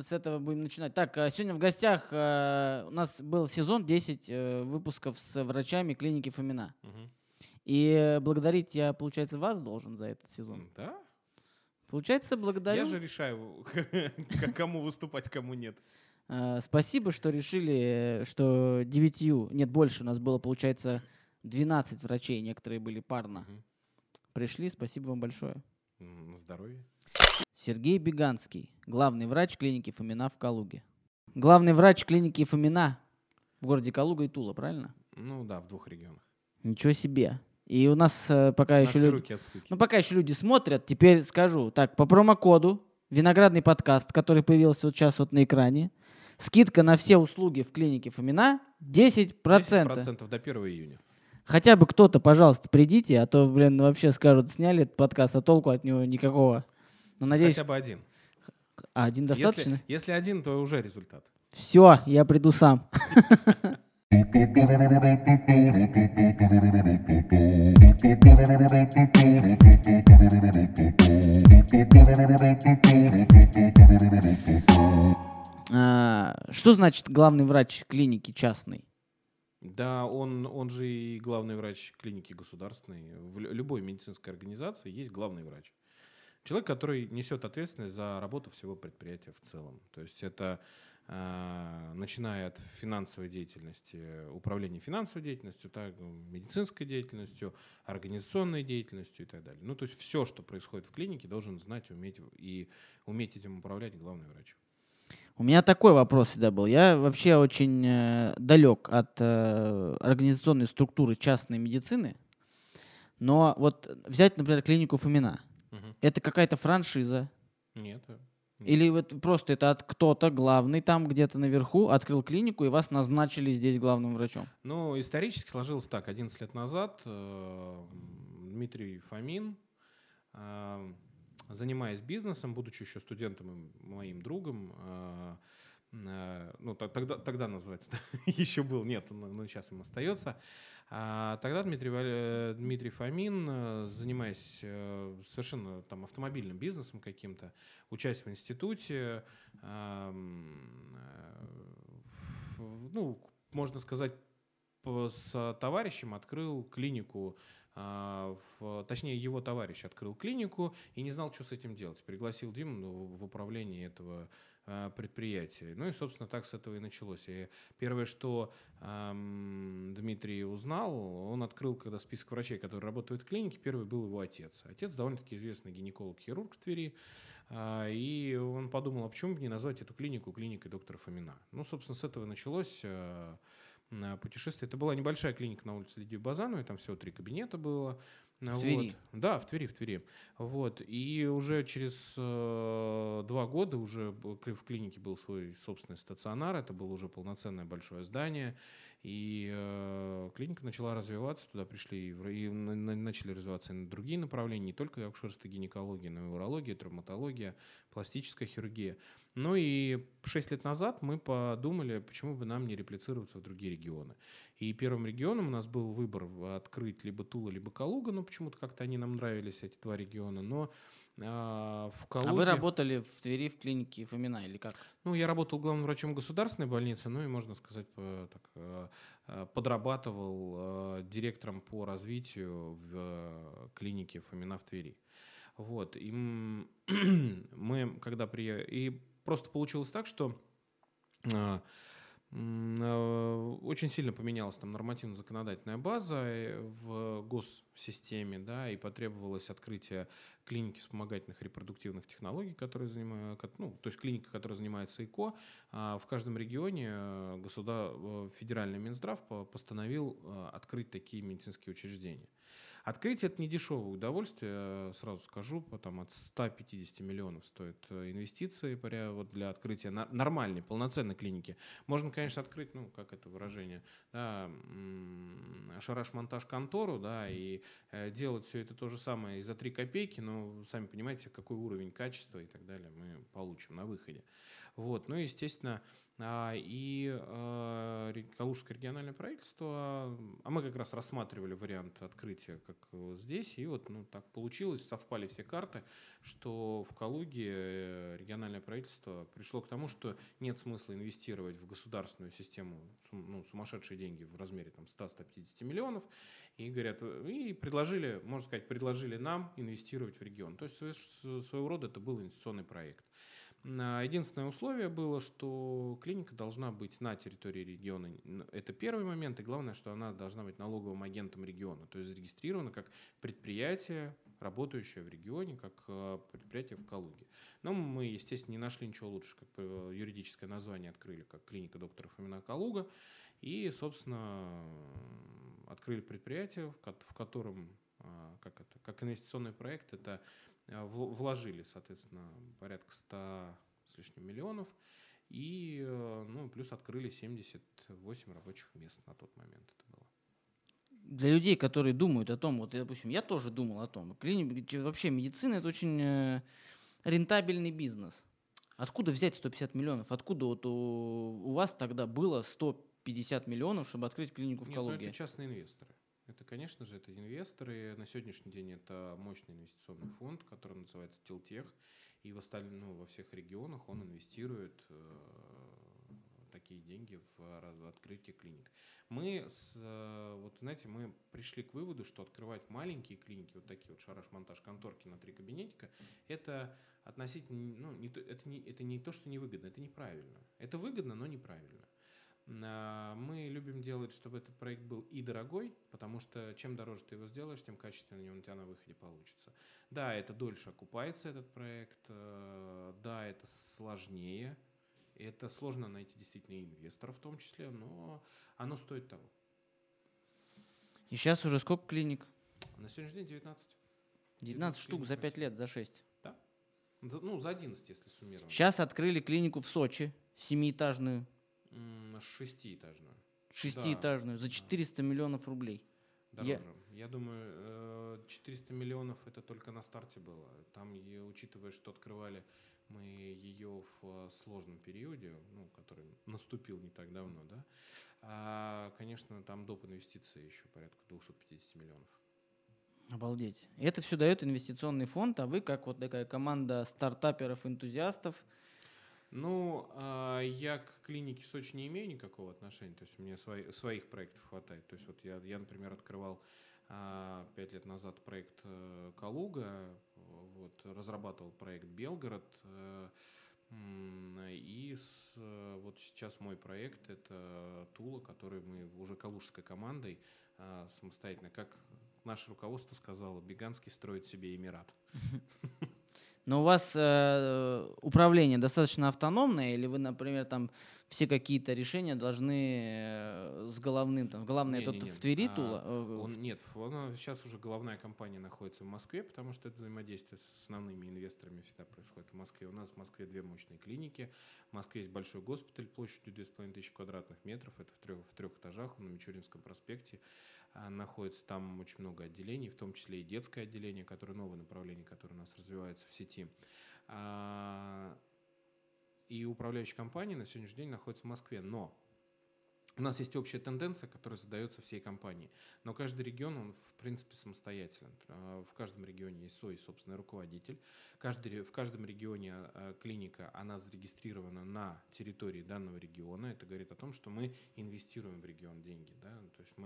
с этого будем начинать. Так, сегодня в гостях у нас был сезон 10 выпусков с врачами клиники Фомина. Мгм. И благодарить я, получается, вас должен за этот сезон. Да? Получается, благодарю. Я же решаю, кому выступать, кому нет. Спасибо, что решили, что 9, нет, больше. У нас было, получается, 12 врачей. Некоторые были парно. Мгм. Пришли, спасибо вам большое. На здоровье. Сергей Беганский, главный врач клиники Фомина в Калуге. Главный врач клиники Фомина в городе Калуга и Тула, правильно? Ну да, в 2 регионах. Ничего себе. И у нас пока На еще все люди... руки от скуки. Ну, пока еще люди смотрят, теперь скажу. Так, по промокоду «Виноградный подкаст», который появился вот сейчас вот на экране, скидка на все услуги в клинике Фомина 10%. 10% до 1 июня. Хотя бы кто-то, пожалуйста, придите, а то, блин, вообще скажут, сняли этот подкаст, а толку от него никакого. Но надеюсь... Хотя бы один. один достаточно? Если один, то уже результат. Все, я приду сам. Что значит главный врач клиники частной? Да, он же и главный врач клиники государственной. В любой медицинской организации есть главный врач. Человек, который несет ответственность за работу всего предприятия в целом. То есть это начиная от финансовой деятельности, управления финансовой деятельностью, так, медицинской деятельностью, организационной деятельностью и так далее. Ну, то есть все, что происходит в клинике, должен знать, уметь этим управлять главный врач. У меня такой вопрос всегда был. Я вообще очень далек от организационной структуры частной медицины, но вот взять, например, клинику Фомина. Угу. Это какая-то франшиза? Нет. Или вот просто это кто-то главный там где-то наверху открыл клинику и вас назначили здесь главным врачом? Ну, исторически сложилось так. 11 лет назад Дмитрий Фомин, занимаясь бизнесом, будучи еще студентом и моим другом, ну, тогда называется, еще был, нет, но сейчас им остается. Тогда Дмитрий Фомин, занимаясь совершенно там автомобильным бизнесом каким-то, учась в институте, ну, можно сказать, с товарищем открыл клинику, точнее, его товарищ открыл клинику и не знал, что с этим делать. Пригласил Диму в управление этого предприятия. Ну и, собственно, так с этого и началось. И первое, что Дмитрий узнал, он открыл, когда список врачей, которые работают в клинике, первый был его отец. Отец довольно-таки известный гинеколог-хирург в Твери. И он подумал, а почему бы не назвать эту клинику клиникой доктора Фомина? Ну, собственно, с этого и началось путешествие. Это была небольшая клиника на улице Лидии Базановой, там всего 3 кабинета было. В Твери? Да, в Твери. Вот. И уже через 2 года уже в клинике был свой собственный стационар, это было уже полноценное большое здание, и клиника начала развиваться, туда пришли и начали развиваться и другие направления, не только акушерство, гинекология, но и урология, травматология, пластическая хирургия. Ну и 6 лет назад мы подумали, почему бы нам не реплицироваться в другие регионы. И первым регионом у нас был выбор открыть либо Тула, либо Калуга, но почему-то как-то они нам нравились, эти 2 региона, но в Калуге... А вы работали в Твери в клинике Фомина или как? Ну, я работал главным врачом государственной больницы, ну и, можно сказать, подрабатывал директором по развитию в клинике Фомина в Твери. Вот. И мы, когда приехали... И просто получилось так, что очень сильно поменялась там нормативно-законодательная база в госсистеме, да, и потребовалось открытие клиники вспомогательных репродуктивных технологий, которые то есть клиника, которая занимается ЭКО. В каждом регионе федеральный Минздрав постановил открыть такие медицинские учреждения. Открыть это не дешевое удовольствие, сразу скажу, там от 150 миллионов стоит инвестиции для открытия нормальной, полноценной клиники. Можно, конечно, открыть, ну, как это выражение, да, шараш-монтаж контору, да, и делать все это то же самое и за 3 копейки, но сами понимаете, какой уровень качества и так далее мы получим на выходе. Вот. Ну и, естественно, Калужское региональное правительство, а мы как раз рассматривали вариант открытия как здесь, и вот так получилось, совпали все карты, что в Калуге региональное правительство пришло к тому, что нет смысла инвестировать в государственную систему сумасшедшие деньги в размере 100-150 миллионов, и говорят, и предложили, можно сказать, предложили нам инвестировать в регион. То есть своего рода это был инвестиционный проект. Единственное условие было, что клиника должна быть на территории региона. Это первый момент. И главное, что она должна быть налоговым агентом региона. То есть зарегистрирована как предприятие, работающее в регионе, как предприятие в Калуге. Но мы, естественно, не нашли ничего лучше, как юридическое название открыли, как клиника доктора Фомина Калуга. И, собственно, открыли предприятие, в котором, как инвестиционный проект, это вложили, соответственно, порядка 100 с лишним миллионов и плюс открыли 78 рабочих мест на тот момент это было. Для людей, которые думают о том, вот, допустим, я тоже думал о том, вообще медицина – это очень рентабельный бизнес. Откуда взять 150 миллионов? Откуда вот у вас тогда было 150 миллионов, чтобы открыть клинику в Калуге? Нет, это частные инвесторы. Это, конечно же, это инвесторы. На сегодняшний день это мощный инвестиционный фонд, который называется Тилтех. И во всех регионах он инвестирует такие деньги в открытие клиник. Мы пришли к выводу, что открывать маленькие клиники, вот такие вот шараш-монтаж конторки на 3 кабинетика, это относительно, это не то, что невыгодно, это неправильно. Это выгодно, но неправильно. Мы любим делать, чтобы этот проект был и дорогой, потому что чем дороже ты его сделаешь, тем качественнее он у тебя на выходе получится. Да, это дольше окупается этот проект, да, это сложнее, это сложно найти действительно инвесторов в том числе, но оно стоит того. И сейчас уже сколько клиник? На сегодняшний день 19. 19 штук за 5 лет, за 6. Да. За 11, если суммировать. Сейчас открыли клинику в Сочи, 7-этажную. Шестиэтажную. Шестиэтажную, за 400 миллионов рублей. Дороже. Я думаю, 400 миллионов это только на старте было. Там, учитывая, что открывали мы ее в сложном периоде, который наступил не так давно, да, конечно, там доп. Инвестиции еще порядка 250 миллионов. Обалдеть. Это все дает инвестиционный фонд, а вы, как вот такая команда стартаперов, энтузиастов. Я к клинике в Сочи не имею никакого отношения, то есть у меня своих проектов хватает. То есть вот я, например, открывал 5 лет назад проект Калуга, разрабатывал проект Белгород, и вот сейчас мой проект – это Тула, который мы уже калужской командой самостоятельно, как наше руководство сказало, Беганский строит себе Эмират. Но у вас управление достаточно автономное, или вы, например, там все какие-то решения должны с головным, главное, это в Твери Тула? Нет, сейчас уже головная компания находится в Москве, потому что это взаимодействие с основными инвесторами всегда происходит в Москве. У нас в Москве 2 мощные клиники, в Москве есть большой госпиталь площадью 2500 квадратных метров, это в трех этажах, на Мичуринском проспекте. Находится там очень много отделений, в том числе и детское отделение, которое новое направление, которое у нас развивается в сети. И управляющая компания на сегодняшний день находится в Москве. Но у нас есть общая тенденция, которая задается всей компании. Но каждый регион, он в принципе самостоятелен. В каждом регионе есть свой собственный руководитель. В каждом регионе клиника, она зарегистрирована на территории данного региона. Это говорит о том, что мы инвестируем в регион деньги. Да? То есть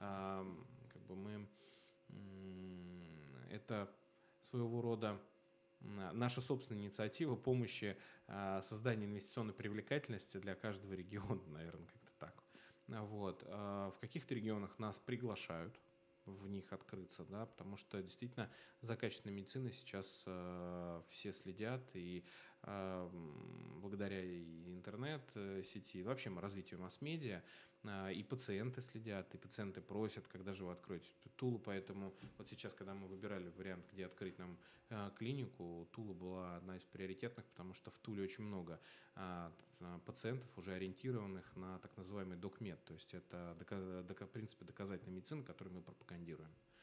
это своего рода наша собственная инициатива помощи создания инвестиционной привлекательности для каждого региона, наверное, как-то так. В каких-то регионах нас приглашают в них открыться, да, потому что действительно за качественной медициной сейчас все следят, и благодаря и интернет-сети, и вообще развитию масс-медиа, и пациенты следят, и пациенты просят, когда же вы откроете Тулу, поэтому вот сейчас, когда мы выбирали вариант, где открыть нам клинику, Тула была одна из приоритетных, потому что в Туле очень много пациентов, уже ориентированных на так называемый докмед, то есть это в принципе доказательная медицина, которую мы пропагандируем.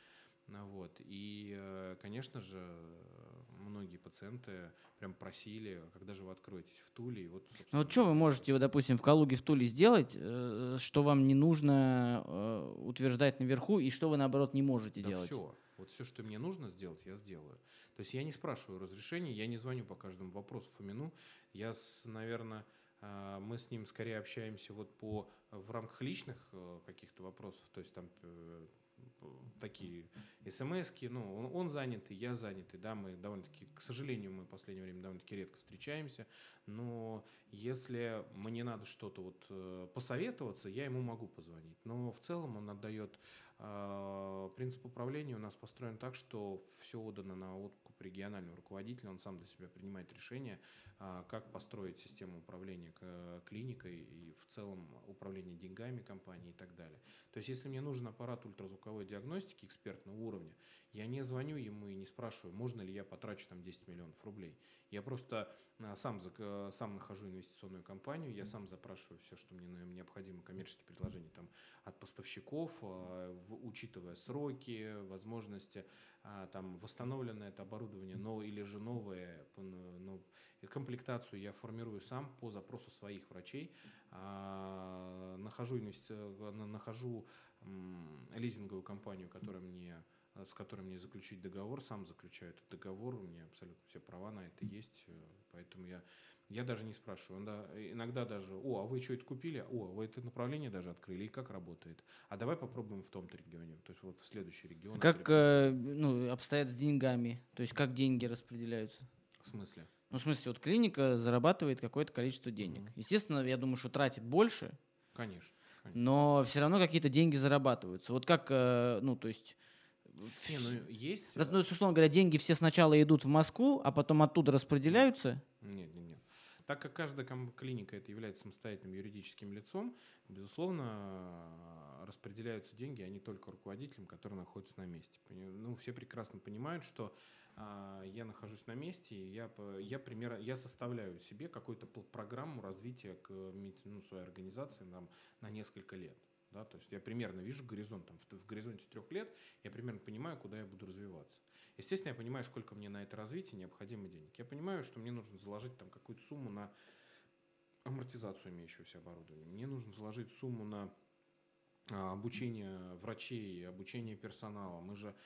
Вот. И, конечно же, многие пациенты прям просили, когда же вы откроетесь в Туле. И вот, Ну вот собственно, что вы можете, вот, допустим, в Калуге, в Туле сделать, что вам не нужно утверждать наверху, и что вы, наоборот, не можете да делать? все. Вот все, что мне нужно сделать, я сделаю. То есть я не спрашиваю разрешения, я не звоню по каждому вопросу Фомину. Наверное, мы с ним скорее общаемся вот в рамках личных каких-то вопросов. То есть там такие смс-ки, ну, он занятый, я занятый, да, мы довольно-таки, к сожалению, мы в последнее время довольно-таки редко встречаемся, но если мне надо что-то вот посоветоваться, я ему могу позвонить. Но в целом он отдает принцип управления у нас построен так, что все отдано на откуп регионального руководителя, он сам для себя принимает решение, как построить систему управления клиникой и в целом управление деньгами компании и так далее. То есть если мне нужен аппарат ультразвуковой диагностики экспертного уровня, я не звоню ему и не спрашиваю, можно ли я потрачу там 10 миллионов рублей. Я просто сам нахожу инвестиционную компанию, я сам запрашиваю все, что мне необходимо, коммерческие предложения там, от поставщиков, учитывая сроки, возможности, там, восстановленное это оборудование, или же новое, комплектацию я формирую сам по запросу своих врачей, нахожу лизинговую компанию, с которой мне заключить договор, сам заключаю этот договор, у меня абсолютно все права на это есть, поэтому я даже не спрашиваю. Иногда даже, а вы что это купили? Вы это направление даже открыли, и как работает? А давай попробуем в том-то регионе, то есть вот в следующий регион. Как обстоят с деньгами? То есть как деньги распределяются? В смысле? Ну, в смысле, вот клиника зарабатывает какое-то количество денег. Естественно, я думаю, что тратит больше. Конечно. Но все равно какие-то деньги зарабатываются. Вот как, то есть... Есть... То есть, условно говоря, деньги все сначала идут в Москву, а потом оттуда распределяются? Нет. Так как каждая клиника это является самостоятельным юридическим лицом, безусловно, распределяются деньги, а не только руководителям, которые находятся на месте. Все прекрасно понимают, что я нахожусь на месте, и я составляю себе какую-то программу развития своей организации на несколько лет. Да, то есть я примерно вижу горизонт, в горизонте 3 лет я примерно понимаю, куда я буду развиваться. Естественно, я понимаю, сколько мне на это развитие необходимо денег. Я понимаю, что мне нужно заложить там какую-то сумму на амортизацию имеющегося оборудования. Мне нужно заложить сумму на обучение врачей, обучение персонала. Мы же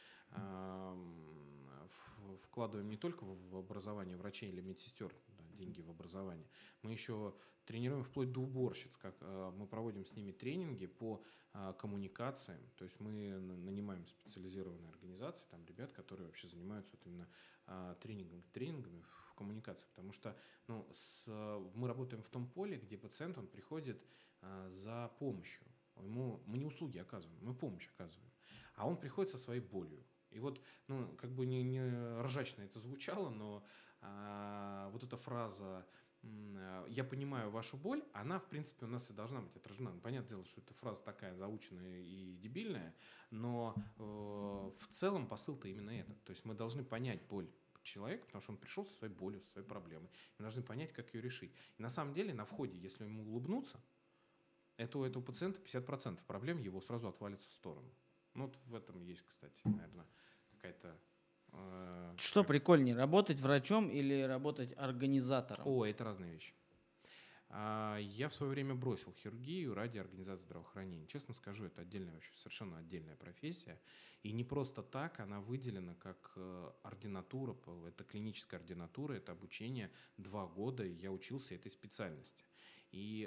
вкладываем не только в образование врачей или медсестер, деньги в образование. Мы еще тренируем вплоть до уборщиц, мы проводим с ними тренинги по коммуникациям. То есть мы нанимаем специализированные организации, там ребят, которые вообще занимаются вот именно тренингами в коммуникации. Потому что мы работаем в том поле, где пациент он приходит за помощью. Мы не услуги оказываем, мы помощь оказываем. А он приходит со своей болью. И вот, как бы не ржачно это звучало, но вот эта фраза «я понимаю вашу боль», она, в принципе, у нас и должна быть отражена. Понятное дело, что эта фраза такая заученная и дебильная, но в целом посыл-то именно этот. То есть мы должны понять боль человека, потому что он пришел со своей болью, со своей проблемой. Мы должны понять, как ее решить. И на самом деле на входе, если ему улыбнуться, у этого пациента 50% проблем его сразу отвалится в сторону. Вот в этом есть, кстати, наверное, какая-то... Что прикольнее, работать врачом или работать организатором? Это разные вещи. Я в свое время бросил хирургию ради организации здравоохранения. Честно скажу, это совершенно отдельная профессия. И не просто так она выделена как ординатура. Это клиническая ординатура, это обучение 2 года. Я учился этой специальности. И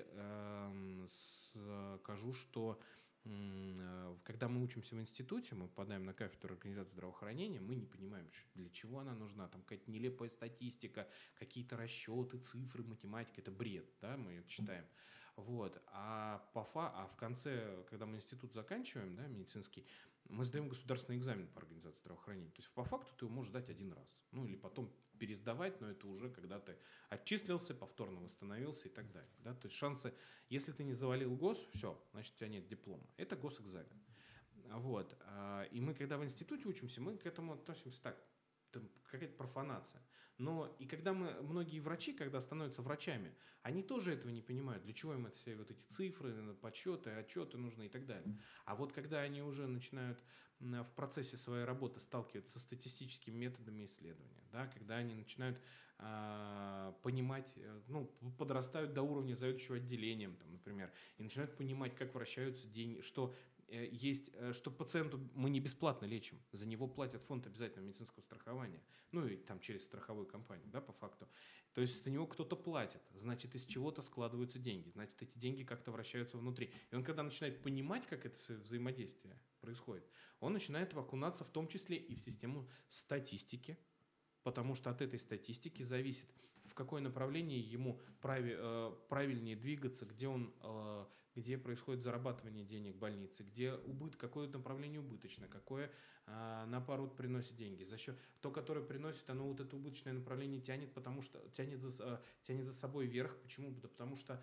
скажу, что когда мы учимся в институте, мы попадаем на кафедру организации здравоохранения, мы не понимаем, для чего она нужна. Там какая-то нелепая статистика, какие-то расчеты, цифры, математика. Это бред, да, мы это читаем. Вот. А в конце, когда мы институт заканчиваем, да, медицинский, мы сдаем государственный экзамен по организации здравоохранения. То есть по факту ты его можешь сдать 1 раз. Или потом пересдавать, но это уже когда ты отчислился, повторно восстановился и так далее. Да? То есть шансы, если ты не завалил гос, все, значит у тебя нет диплома. Это госэкзамен. Вот. И мы, когда в институте учимся, мы к этому относимся так. какая-то профанация. Но и когда многие врачи, когда становятся врачами, они тоже этого не понимают. Для чего им все вот эти цифры, подсчеты, отчеты нужны и так далее. А вот когда они уже начинают в процессе своей работы сталкиваться со статистическими методами исследования, да, когда они начинают понимать, подрастают до уровня заведующего отделением, там, например, и начинают понимать, как вращаются деньги, что что пациенту мы не бесплатно лечим, за него платят фонд обязательного медицинского страхования, и там через страховую компанию, да, по факту. То есть за него кто-то платит, значит, из чего-то складываются деньги, значит, эти деньги как-то вращаются внутри. И он, когда начинает понимать, как это все взаимодействие происходит, он начинает окунаться в том числе и в систему статистики, потому что от этой статистики зависит, в какое направление ему правильнее двигаться, где происходит зарабатывание денег в больнице, какое направление убыточное, какое наоборот приносит деньги. За счет то, которое приносит, оно вот это убыточное направление тянет, потому что тянет за собой вверх. Почему? Да потому что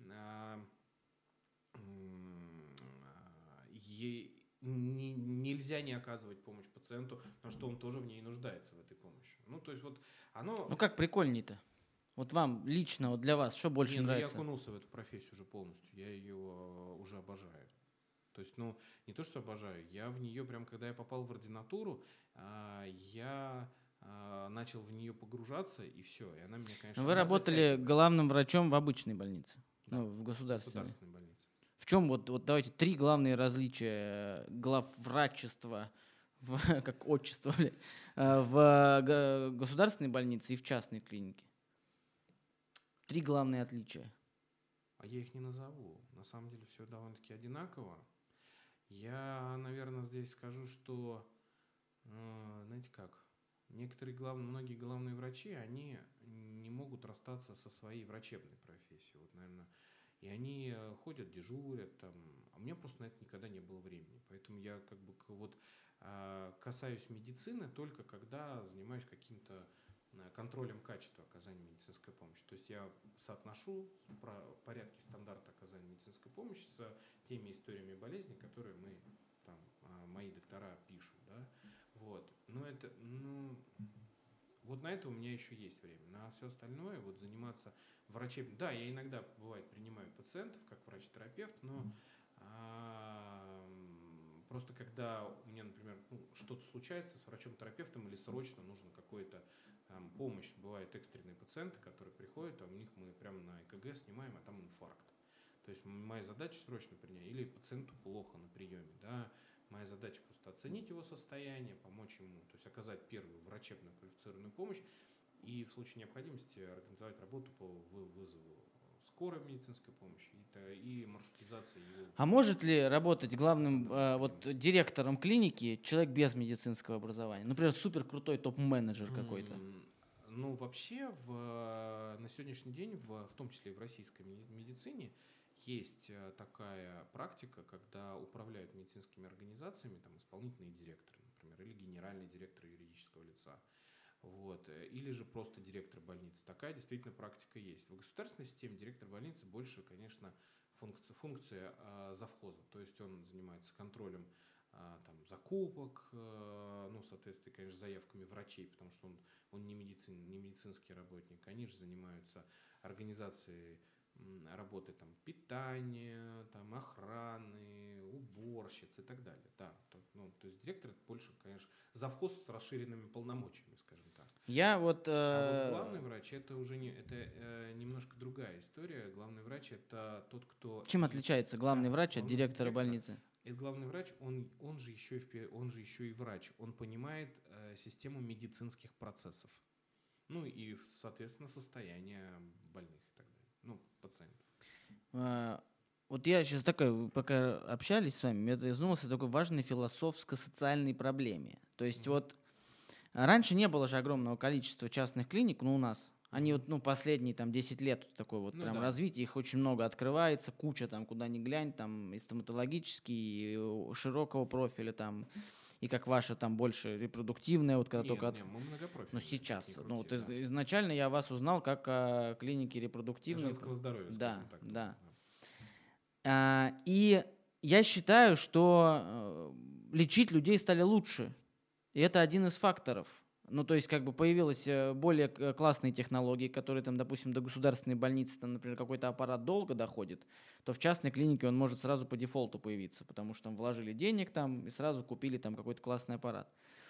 нельзя не оказывать помощь пациенту, потому что он тоже в ней нуждается, в этой помощи. То есть вот оно... как прикольней-то? Вот вам лично, вот для вас, что больше нравится? Я окунулся в эту профессию уже полностью, я ее уже обожаю. То есть, не то, что обожаю, я в нее прям, когда я попал в ординатуру, я начал в нее погружаться, и все, и она меня, конечно... Вы работали главным врачом в обычной больнице, да, в государственной больнице. В чем вот давайте 3 главные различия главврачества, как отчество, в государственной больнице и в частной клинике? 3 главные отличия. А я их не назову. На самом деле все довольно-таки одинаково. Я, наверное, здесь скажу, что, знаете как, многие главные врачи, они не могут расстаться со своей врачебной профессией. Вот, наверное, и они ходят, дежурят, там, а у меня просто на это никогда не было времени. Поэтому я касаюсь медицины только когда занимаюсь каким-то контролем качества оказания медицинской помощи. То есть я соотношу порядки стандарта оказания медицинской помощи с теми историями болезни, которые мои доктора пишут. Да? Вот. Вот на это у меня еще есть время. На все остальное, заниматься врачебным... Да, я иногда, бывает, принимаю пациентов как врач-терапевт, но просто когда у меня, например, что-то случается с врачом-терапевтом или срочно нужно какой-то помощь, бывают экстренные пациенты, которые приходят, а у них мы прямо на ЭКГ снимаем, а там инфаркт. То есть моя задача срочно принять, или пациенту плохо на приеме, да, моя задача просто оценить его состояние, помочь ему, то есть оказать первую врачебную квалифицированную помощь и в случае необходимости организовать работу по вызову скорой медицинской помощи и маршрутизации его. А может ли работать главным директором клиники человек без медицинского образования? Например, супер крутой топ-менеджер какой-то. Вообще на сегодняшний день, в том числе и в российской медицине, есть такая практика, когда управляют медицинскими организациями исполнительные директоры, например, или генеральный директор юридического лица. Вот, или же просто директор больницы. Такая действительно практика есть. В государственной системе директор больницы больше, конечно, функция завхоза. То есть он занимается контролем закупок, соответственно, конечно, заявками врачей, потому что он не медицинский работник. Они же занимаются организацией работы питания, охраны, уборщиц и так далее. Да, то есть директор это больше, конечно, завхоз с расширенными полномочиями, скажем так. А вот главный врач это уже немножко другая история. Главный врач это тот, кто... Чем отличается главный врач от директора больницы? Главный врач, он же еще и врач. Он понимает систему медицинских процессов. И, соответственно, состояние больных и так далее. Пациентов. Вот я сейчас пока общались с вами, я задумался о такой важной философско-социальной проблеме. То есть раньше не было же огромного количества частных клиник, у нас. Они последние 10 лет такое развитие, их очень много открывается, куча куда ни глянь, и стоматологические, и широкого профиля, и как ваша больше репродуктивная, мы многопрофильные. Но сейчас, изначально я вас узнал как о клинике репродуктивной. Женского здоровья, скажем так. Да. И я считаю, что лечить людей стали лучше. И это один из факторов Ну, то есть, как бы появились более классные технологии, которые там, допустим, до государственной больницы, там, например, какой-то аппарат долго доходит, то в частной клинике он может сразу по дефолту появиться, потому что там вложили денег там и сразу купили там какой-то классный аппарат.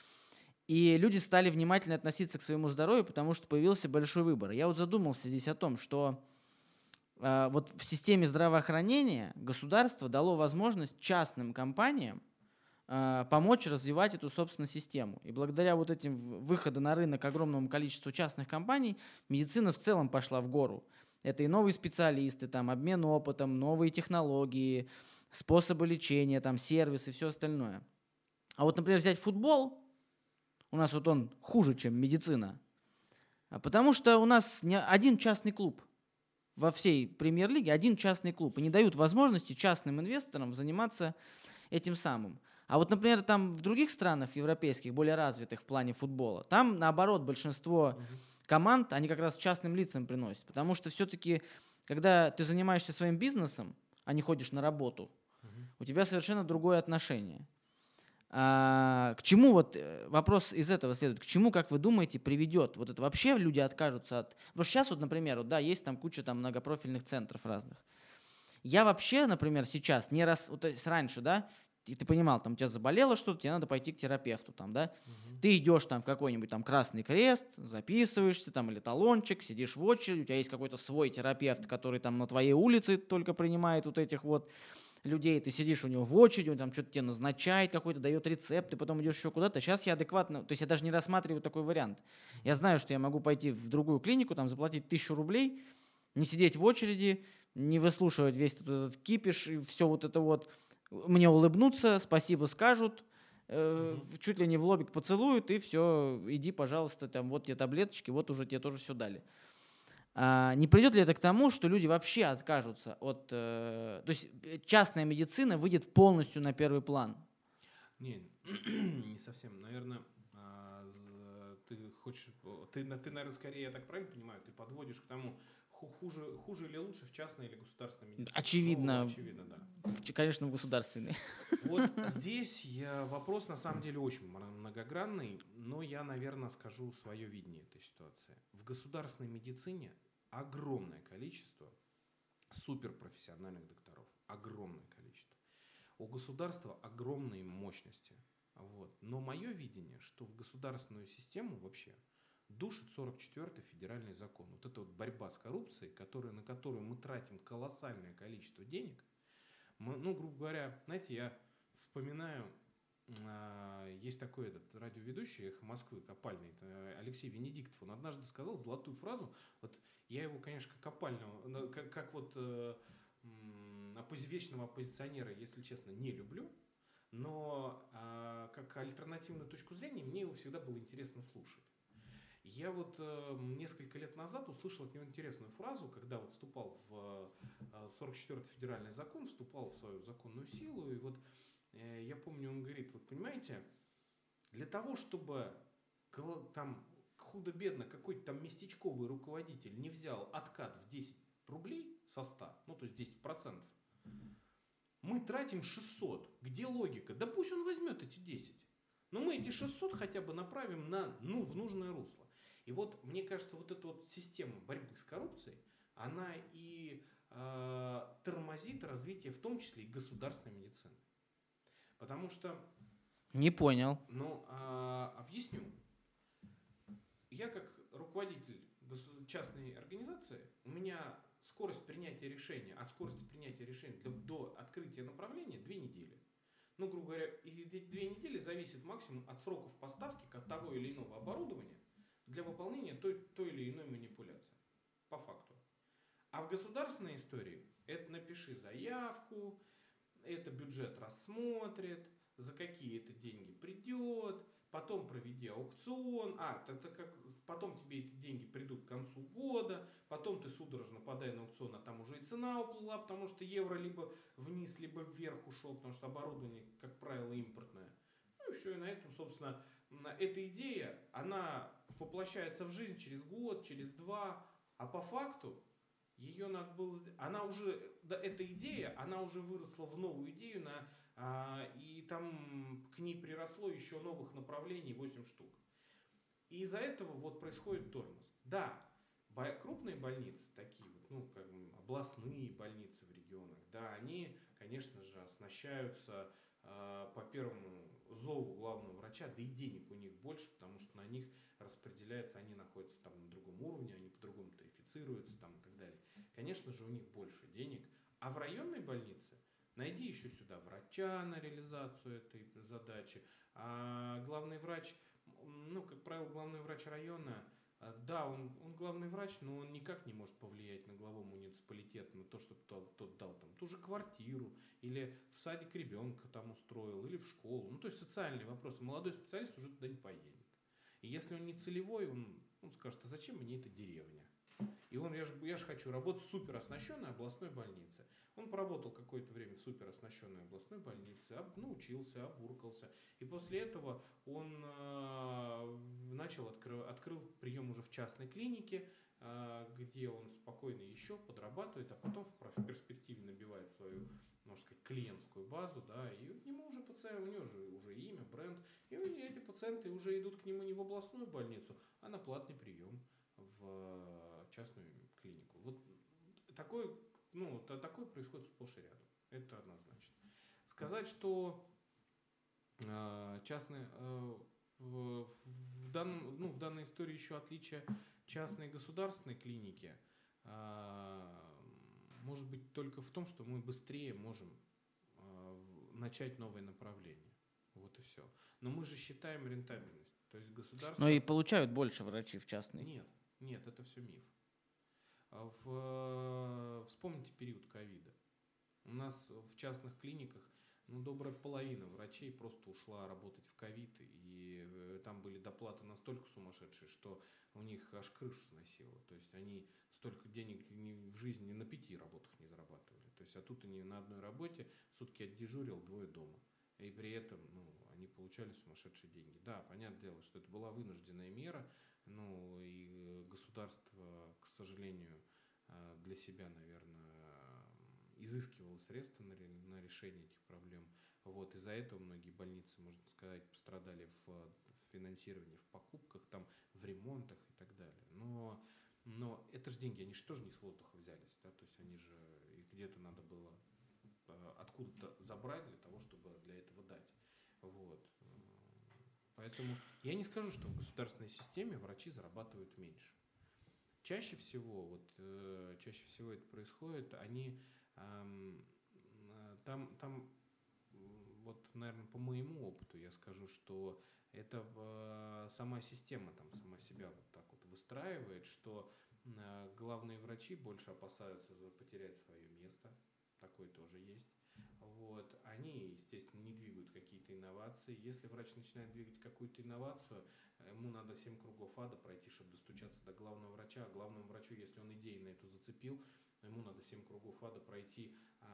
И люди стали внимательно относиться к своему здоровью, потому что появился большой выбор. Я вот задумался здесь о том, что вот в системе здравоохранения государство дало возможность частным компаниям помочь развивать эту, собственно, систему. И благодаря вот этим выходу на рынок огромному количеству частных компаний медицина в целом пошла в гору. Это и новые специалисты, там, обмен опытом, новые технологии, способы лечения, там, сервисы и все остальное. А вот, например, взять футбол, у нас вот он хуже, чем медицина, потому что у нас не один частный клуб. Во всей премьер-лиге один частный клуб. И не дают возможности частным инвесторам заниматься этим самым. А вот, например, там в других странах европейских, более развитых в плане футбола, там, наоборот, большинство команд, они как раз частным лицам приносят. Потому что все-таки, когда ты занимаешься своим бизнесом, а не ходишь на работу, у тебя совершенно другое отношение. К чему вот вопрос из этого следует? К чему, как вы думаете, приведет? Вот это вообще люди откажутся от... Потому что сейчас вот, например, вот, да, есть там куча там многопрофильных центров разных. Я вообще, например, сейчас не раз... Вот, то есть раньше, да, и ты понимал, там у тебя заболело что-то, тебе надо пойти к терапевту, там, да? Ты идешь там в какой-нибудь там Красный Крест, записываешься там или талончик, сидишь в очереди, у тебя есть какой-то свой терапевт, который там на твоей улице только принимает вот этих вот людей, ты сидишь у него в очереди, он там что-то тебе назначает какой-то, дает рецепт, ты потом идешь еще куда-то. Сейчас я адекватно, то есть я даже не рассматриваю такой вариант. Я знаю, что я могу пойти в другую клинику, там заплатить 1000 рублей, не сидеть в очереди, не выслушивать весь этот кипиш и все вот это вот. Мне улыбнутся, спасибо скажут, чуть ли не в лобик поцелуют, и все, иди, пожалуйста, там вот тебе таблеточки, вот уже тебе тоже все дали. Не придет ли это к тому, что люди вообще откажутся от... То есть частная медицина выйдет полностью на первый план? Не, не совсем. Наверное, ты хочешь... Ты, наверное, скорее, я так правильно понимаю, ты подводишь к тому, хуже или лучше в частной или государственной медицине? Очевидно. Ну, очевидно, да. Конечно, в государственной. Вот здесь вопрос на самом деле очень многогранный, но я, наверное, скажу свое видение этой ситуации. В государственной медицине огромное количество суперпрофессиональных докторов. Огромное количество. У государства огромные мощности. Вот. Но мое видение, что в государственную систему вообще душит 44-й федеральный закон. Вот эта вот борьба с коррупцией, на которую мы тратим колоссальное количество денег. Мы, ну, грубо говоря, знаете, я вспоминаю, есть такой этот радиоведущий «Эхо Москвы», Копальный, Алексей Венедиктов, он однажды сказал золотую фразу, вот я его, конечно, как Копального, как вот вечного оппозиционера, если честно, не люблю, но как альтернативную точку зрения мне его всегда было интересно слушать. Я вот несколько лет назад услышал от него интересную фразу, когда вот вступал в 44-й федеральный закон, вступал в свою законную силу, и вот я помню, он говорит, вот понимаете, для того, чтобы там худо-бедно какой-то там местечковый руководитель не взял откат в 10 рублей со 100, ну то есть 10%, мы тратим 600. Где логика? Да пусть он возьмет эти 10. Но мы эти 600 хотя бы направим в нужное русло. И вот, мне кажется, вот эта вот система борьбы с коррупцией, она и тормозит развитие, в том числе и государственной медицины. Потому что... Не понял. Ну, объясню. Я как руководитель частной организации, у меня скорость принятия решения, от скорости принятия решения до открытия направления 2 недели. Ну, грубо говоря, и эти 2 недели зависит максимум от сроков поставки того или иного оборудования для выполнения той или иной манипуляции. По факту. А в государственной истории это напиши заявку, это бюджет рассмотрит, за какие это деньги придет, потом проведи аукцион, потом тебе эти деньги придут к концу года, потом ты судорожно подай на аукцион, а там уже и цена уплыла, потому что евро либо вниз, либо вверх ушел, потому что оборудование, как правило, импортное. Ну и все, и на этом, собственно, эта идея, она воплощается в жизнь через год, через 2, а по факту ее надо было... эта идея, она уже выросла в новую идею, и там к ней приросло еще новых направлений 8 штук. И из-за этого вот происходит тормоз. Да, крупные больницы, такие вот, ну, как бы областные больницы в регионах, да, они, конечно же, оснащаются по первому зову главного врача, да и денег у них больше, потому что на них распределяется, они находятся там на другом уровне, они по-другому тарифицируются там и так далее. Конечно же, у них больше денег. А в районной больнице найди еще сюда врача на реализацию этой задачи, а главный врач, ну, как правило, главный врач района, да, он главный врач, но он никак не может повлиять на главу муниципалитета, на то, чтобы тот дал там ту же квартиру, или в садик ребенка там устроил, или в школу. Ну, то есть социальные вопросы. Молодой специалист уже туда не поедет. И если он не целевой, он скажет, а зачем мне эта деревня? И я же хочу работать в супероснащенной областной больнице. Он поработал какое-то время в супероснащенной областной больнице, научился, обуркался. И после этого он открыл прием уже в частной клинике, где он спокойно еще подрабатывает, а потом в перспективе набивает свою, можно сказать, клиентскую базу, да, и к нему уже пациент, у него уже имя, бренд, и эти пациенты уже идут к нему не в областную больницу, а на платный прием в частную клинику. Вот такое происходит сплошь и рядом. Это однозначно. Сказать, что частные в данной истории еще отличие частной и государственной клиники может быть только в том, что мы быстрее можем начать новое направление. Вот и все. Но мы же считаем рентабельность. То есть государство... Но и получают больше врачи в частной. Нет, это все миф. Вспомните период ковида. У нас в частных клиниках добрая половина врачей просто ушла работать в ковид, и там были доплаты настолько сумасшедшие, что у них аж крышу сносило. То есть они столько денег в жизни на 5 работах не зарабатывали. То есть, а тут они на одной работе сутки отдежурил, 2 дома. И при этом они получали сумасшедшие деньги. Да, понятное дело, что это была вынужденная мера, и государство, к сожалению, для себя, наверное, изыскивало средства на решение этих проблем. Вот, из-за этого многие больницы, можно сказать, пострадали в финансировании, в покупках, там, в ремонтах и так далее. Но это же деньги, они же тоже не с воздуха взялись, да, то есть они же их где-то надо было откуда-то забрать для того, чтобы для этого дать. Вот. Поэтому я не скажу, что в государственной системе врачи зарабатывают меньше. Чаще всего это происходит, они там вот, наверное, по моему опыту я скажу, что это сама система сама себя вот так вот выстраивает, что главные врачи больше опасаются потерять свое место, такое тоже есть. Вот. Они, естественно, не двигают какие-то инновации. Если врач начинает двигать какую-то инновацию, ему надо 7 кругов ада пройти, чтобы достучаться до главного врача. А главному врачу, если он идейно эту зацепил, ему надо 7 кругов ада пройти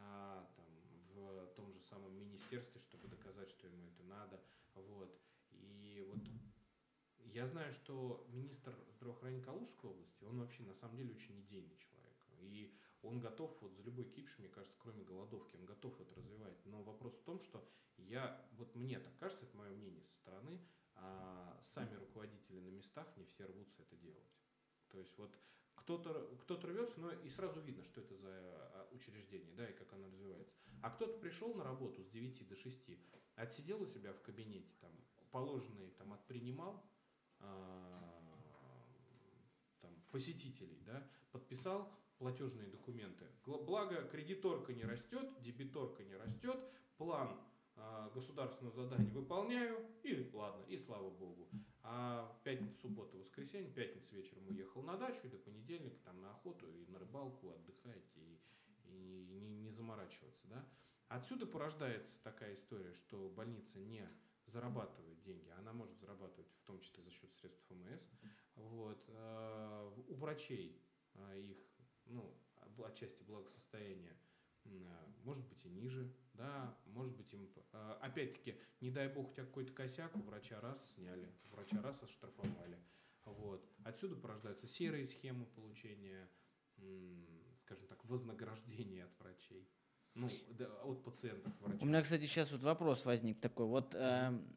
в том же самом министерстве, чтобы доказать, что ему это надо. Вот. И вот я знаю, что министр здравоохранения Калужской области, он вообще на самом деле очень идейный человек. И он готов вот за любой кипиш, мне кажется, кроме голодовки, он готов это развивать. Но вопрос в том, что мне так кажется, это мое мнение со стороны, сами руководители на местах не все рвутся это делать. То есть вот кто-то рвется, но и сразу видно, что это за учреждение, да, и как оно развивается. А кто-то пришел на работу с 9 до 6, отсидел у себя в кабинете, там, положенные отпринимал посетителей, да, подписал платежные документы. Благо, кредиторка не растет, дебиторка не растет, план государственного задания выполняю, и ладно, и слава богу. А в пятницу, субботу, воскресенье, пятницу вечером уехал на дачу, и до понедельника на охоту, и на рыбалку отдыхать, и не заморачиваться. Да? Отсюда порождается такая история, что больница не зарабатывает деньги, она может зарабатывать в том числе за счет средств ФМС. Вот. У врачей их, отчасти благосостояние может быть и ниже, да, может быть им, опять-таки, не дай бог, у тебя какой-то косяк, у врача раз сняли, врача раз оштрафовали. Вот. Отсюда порождаются серые схемы получения, скажем так, вознаграждения от врачей. От пациентов врачей. У меня, кстати, сейчас вот вопрос возник такой. Вот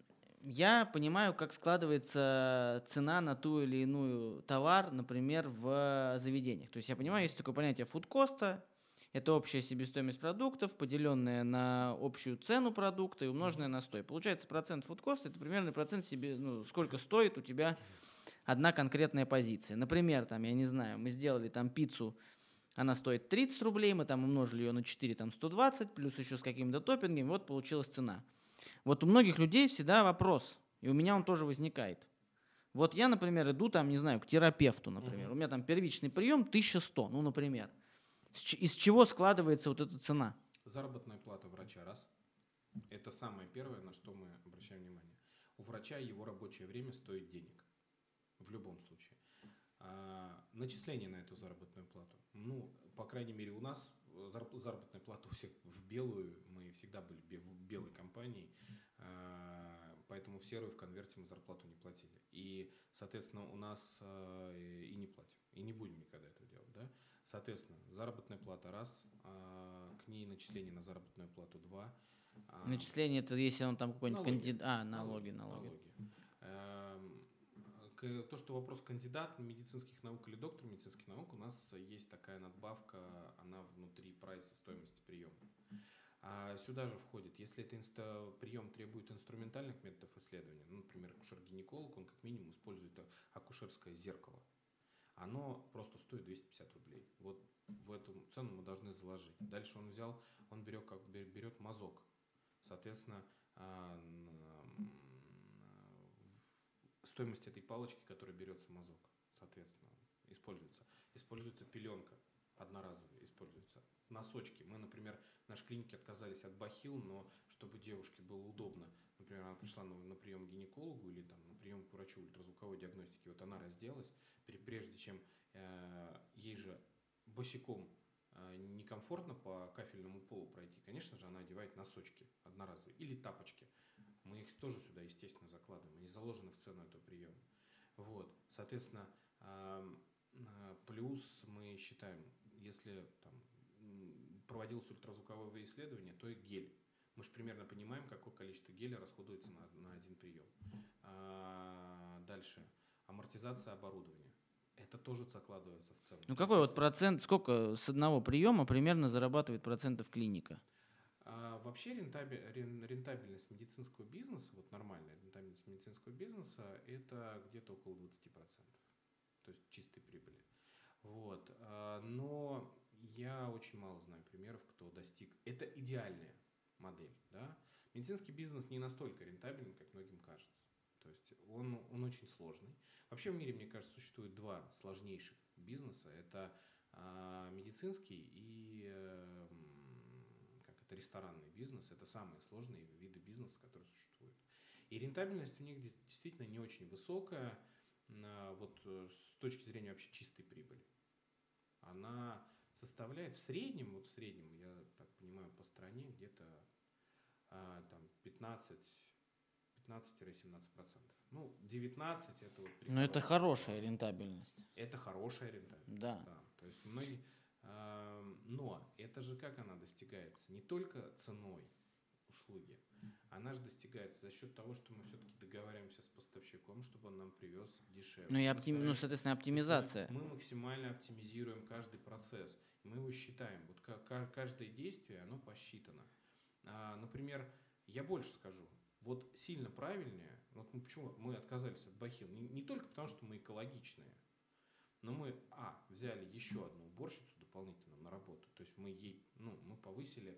Я понимаю, как складывается цена на ту или иную товар, например, в заведениях. То есть я понимаю, есть такое понятие фудкоста. Это общая себестоимость продуктов, поделенная на общую цену продукта и умноженная на 100. Получается, процент фудкоста – это примерно процент себе, ну, сколько стоит у тебя одна конкретная позиция. Например, там, я не знаю, мы сделали там пиццу, она стоит 30 рублей, мы там умножили ее на 4, там 120, плюс еще с какими-то топпингами, вот получилась цена. Вот у многих людей всегда вопрос, и у меня он тоже возникает. Вот я, например, иду там, не знаю, к терапевту, например. У меня там первичный прием 1100, ну, например. Из чего складывается вот эта цена? Заработная плата врача – раз. Это самое первое, на что мы обращаем внимание. У врача его рабочее время стоит денег. В любом случае. Начисление на эту заработную плату. Ну, по крайней мере, у нас заработная плата у всех в белую. Мы всегда были в белой компании. Поэтому в серую в конверте мы зарплату не платили. И, соответственно, у нас и не платим. И не будем никогда этого делать. Да? Соответственно, заработная плата раз. К ней начисление на заработную плату два. Начисление это если он там какой-нибудь кандидат. Налоги. То, что вопрос кандидат медицинских наук или доктор медицинских наук, у нас есть такая надбавка, она внутри прайса стоимости приема. Сюда же входит, если это прием требует инструментальных методов исследования, ну, например, акушер-гинеколог, он как минимум использует акушерское зеркало. Оно просто стоит 250 рублей. Вот в эту цену мы должны заложить. Дальше он берет мазок. Соответственно, стоимость этой палочки, которая берется мазок, соответственно, используется. Используется пеленка, одноразовая используется. Носочки. Мы, например, в нашей клинике отказались от бахил, но чтобы девушке было удобно, например, она пришла на прием к гинекологу или там, на прием к врачу ультразвуковой диагностики, вот она разделась, прежде чем ей же босиком некомфортно по кафельному полу пройти, конечно же, она одевает носочки одноразовые или тапочки. Мы их тоже сюда, естественно, закладываем. Они заложены в цену этого приема. Вот. Соответственно, плюс мы считаем, если там проводилось ультразвуковое исследование, то и гель. Мы же примерно понимаем, какое количество геля расходуется на один прием. Дальше. Амортизация оборудования. Это тоже закладывается в цену. Ну какой вот процент, сколько с одного приема примерно зарабатывает процентов клиника? Вообще рентабельность медицинского бизнеса, вот нормальная рентабельность медицинского бизнеса, это где-то около 20%. То есть чистой прибыли. Вот. Но я очень мало знаю примеров, кто достиг. Это идеальная модель. Да? Медицинский бизнес не настолько рентабельный, как многим кажется. То есть он очень сложный. Вообще в мире, мне кажется, существует два сложнейших бизнеса. Это медицинский и ресторанный бизнес. Это самые сложные виды бизнеса, которые существуют. И рентабельность у них действительно не очень высокая. Вот с точки зрения вообще чистой прибыли. Она составляет в среднем, я так понимаю, по стране где-то там 15-17%. Ну, 19 это вот при. Но это хорошая рентабельность. Это хорошая рентабельность. Да. То есть многие. Но это же как она достигается? Не только ценой услуги. Она же достигается за счет того, что мы все-таки договариваемся с поставщиком, чтобы он нам привез дешевле. Ну и соответственно, оптимизация. Мы максимально оптимизируем каждый процесс. Мы его считаем. Вот каждое действие, оно посчитано. Например, я больше скажу. Вот сильно правильнее, вот почему мы отказались от бахил? Не только потому, что мы экологичные, но мы, взяли еще одну уборщицу дополнительно на работу. То есть мы повысили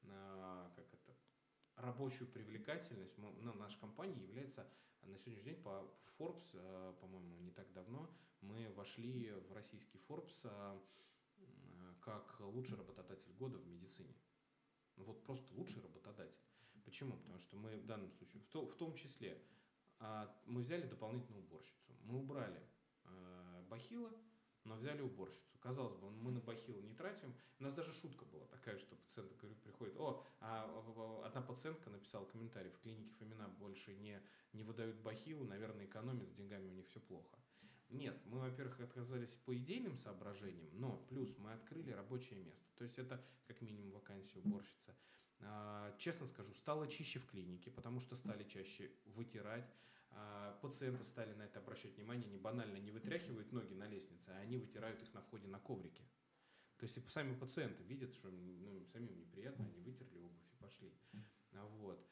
рабочую привлекательность. Наша компания является на сегодняшний день по Forbes, по-моему, не так давно, мы вошли в российский Forbes как лучший работодатель года в медицине. Вот просто лучший работодатель. Почему? Потому что мы в данном случае, в том числе, мы взяли дополнительную уборщицу. Мы убрали бахила, но взяли уборщицу. Казалось бы, мы на бахилы не тратим. У нас даже шутка была такая, что пациент приходит, одна пациентка написала комментарий: в клинике Фомина больше не выдают бахилы, наверное, экономят, с деньгами у них все плохо. Нет, мы, во-первых, отказались по идейным соображениям, но плюс мы открыли рабочее место. То есть это как минимум вакансия уборщица. Честно скажу, стало чище в клинике, потому что стали чаще вытирать. Пациенты стали на это обращать внимание, они банально не вытряхивают ноги на лестнице, а они вытирают их на входе на коврике. То есть и сами пациенты видят, что самим неприятно, они вытерли обувь и пошли. Вот.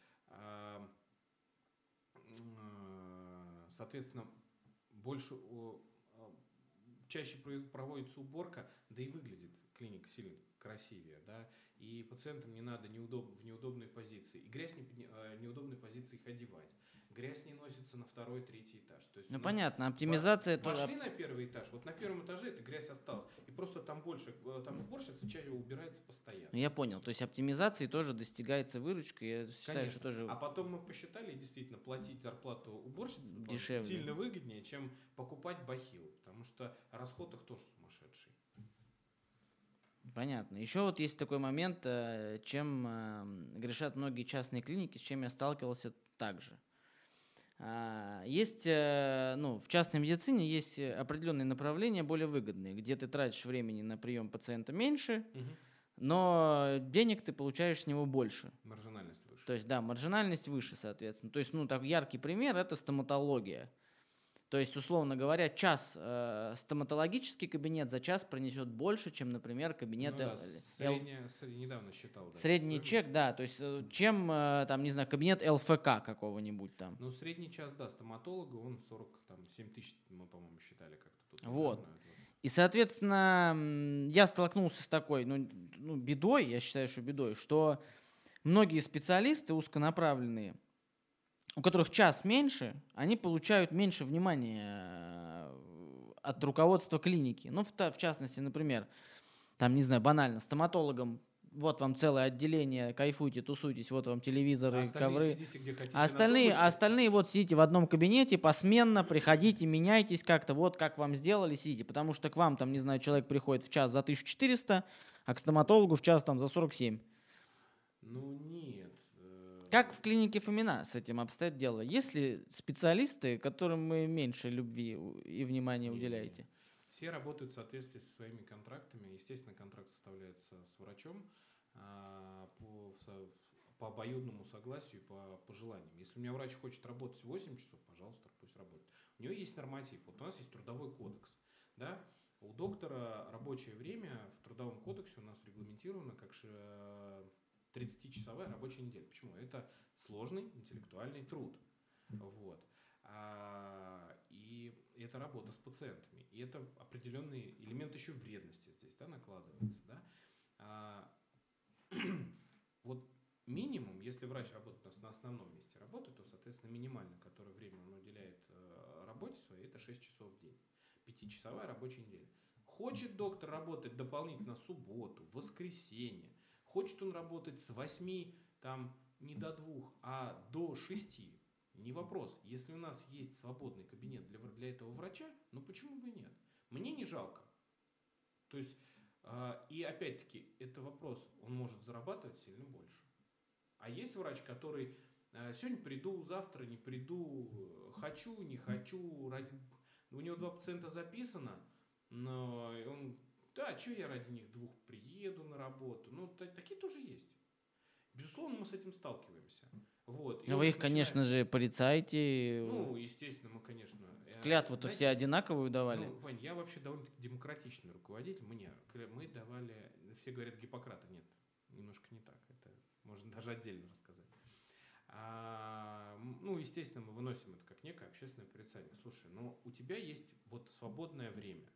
Соответственно, чаще проводится уборка, да и выглядит клиника сильно красивее, да, и пациентам не надо в неудобной позиции, и грязь в неудобной позиции их одевать. Грязь не носится на второй, третий этаж. То есть понятно, оптимизация... Вошли на первый этаж, вот на первом этаже эта грязь осталась, и просто там уборщица чаще убирается постоянно. Я понял, то есть оптимизацией тоже достигается выручка, я считаю, конечно. что тоже... А потом мы посчитали, и действительно, платить зарплату уборщице дешевле. Сильно выгоднее, чем покупать бахил, потому что расход их тоже сумасшедший. Понятно. Еще вот есть такой момент, чем грешат многие частные клиники, с чем я сталкивался также. Есть, в частной медицине есть определенные направления более выгодные, где ты тратишь времени на прием пациента меньше, но денег ты получаешь с него больше. Маржинальность выше. То есть, да, маржинальность выше, соответственно. То есть, так яркий пример – это стоматология. То есть, условно говоря, стоматологический кабинет за час принесет больше, чем, например, кабинет... Недавно считал. Да, средний чек, да, то есть, чем, кабинет ЛФК какого-нибудь там. Средний час, да, стоматолога, он 47 тысяч, мы, по-моему, считали как-то тут. Вот. И, соответственно, я столкнулся с такой, бедой, я считаю, что бедой, что многие специалисты узконаправленные, у которых час меньше, они получают меньше внимания от руководства клиники. В частности, например, банально, стоматологам, вот вам целое отделение, кайфуйте, тусуйтесь, вот вам телевизоры, ковры. Сидите, где хотите, остальные вот сидите в одном кабинете, посменно, приходите, меняйтесь как-то, вот как вам сделали, сидите. Потому что к вам, человек приходит в час за 1400, а к стоматологу в час за 47. Нет. Как в клинике Фомина с этим обстоит дело? Есть ли специалисты, которым вы меньше любви и внимания уделяете? Все работают в соответствии со своими контрактами. Естественно, контракт составляется с врачом по обоюдному согласию и по пожеланиям. Если у меня врач хочет работать 8 часов, пожалуйста, пусть работает. У него есть норматив. Вот у нас есть трудовой кодекс. Да? У доктора рабочее время в трудовом кодексе у нас регламентировано как 30-часовая рабочая неделя. Почему? Это сложный интеллектуальный труд. Вот. И это работа с пациентами. И это определенный элемент еще вредности здесь, да, накладывается. Да? Вот минимум, если врач работает у нас на основном месте работы, то, соответственно, минимально, которое время он уделяет работе своей, это 6 часов в день. 5-часовая рабочая неделя. Хочет доктор работать дополнительно субботу, воскресенье, хочет он работать с 8, не до 2, а до 6, не вопрос. Если у нас есть свободный кабинет для этого врача, почему бы и нет? Мне не жалко. То есть, и опять-таки, это вопрос, он может зарабатывать сильно больше. А есть врач, который сегодня приду, завтра не приду, хочу, не хочу, у него 2 пациента записано, но он, что я ради них 2 приеду на работу, такие тоже есть. Безусловно, мы с этим сталкиваемся. Вот. Вы их, конечно же, порицаете. Естественно, мы, конечно. Клятву-то все одинаковую давали. Вань, я вообще довольно-таки демократичный руководитель. Мы давали, все говорят Гиппократа, нет, немножко не так. Это можно даже отдельно рассказать. Естественно, мы выносим это как некое общественное порицание. Слушай, у тебя есть вот свободное время.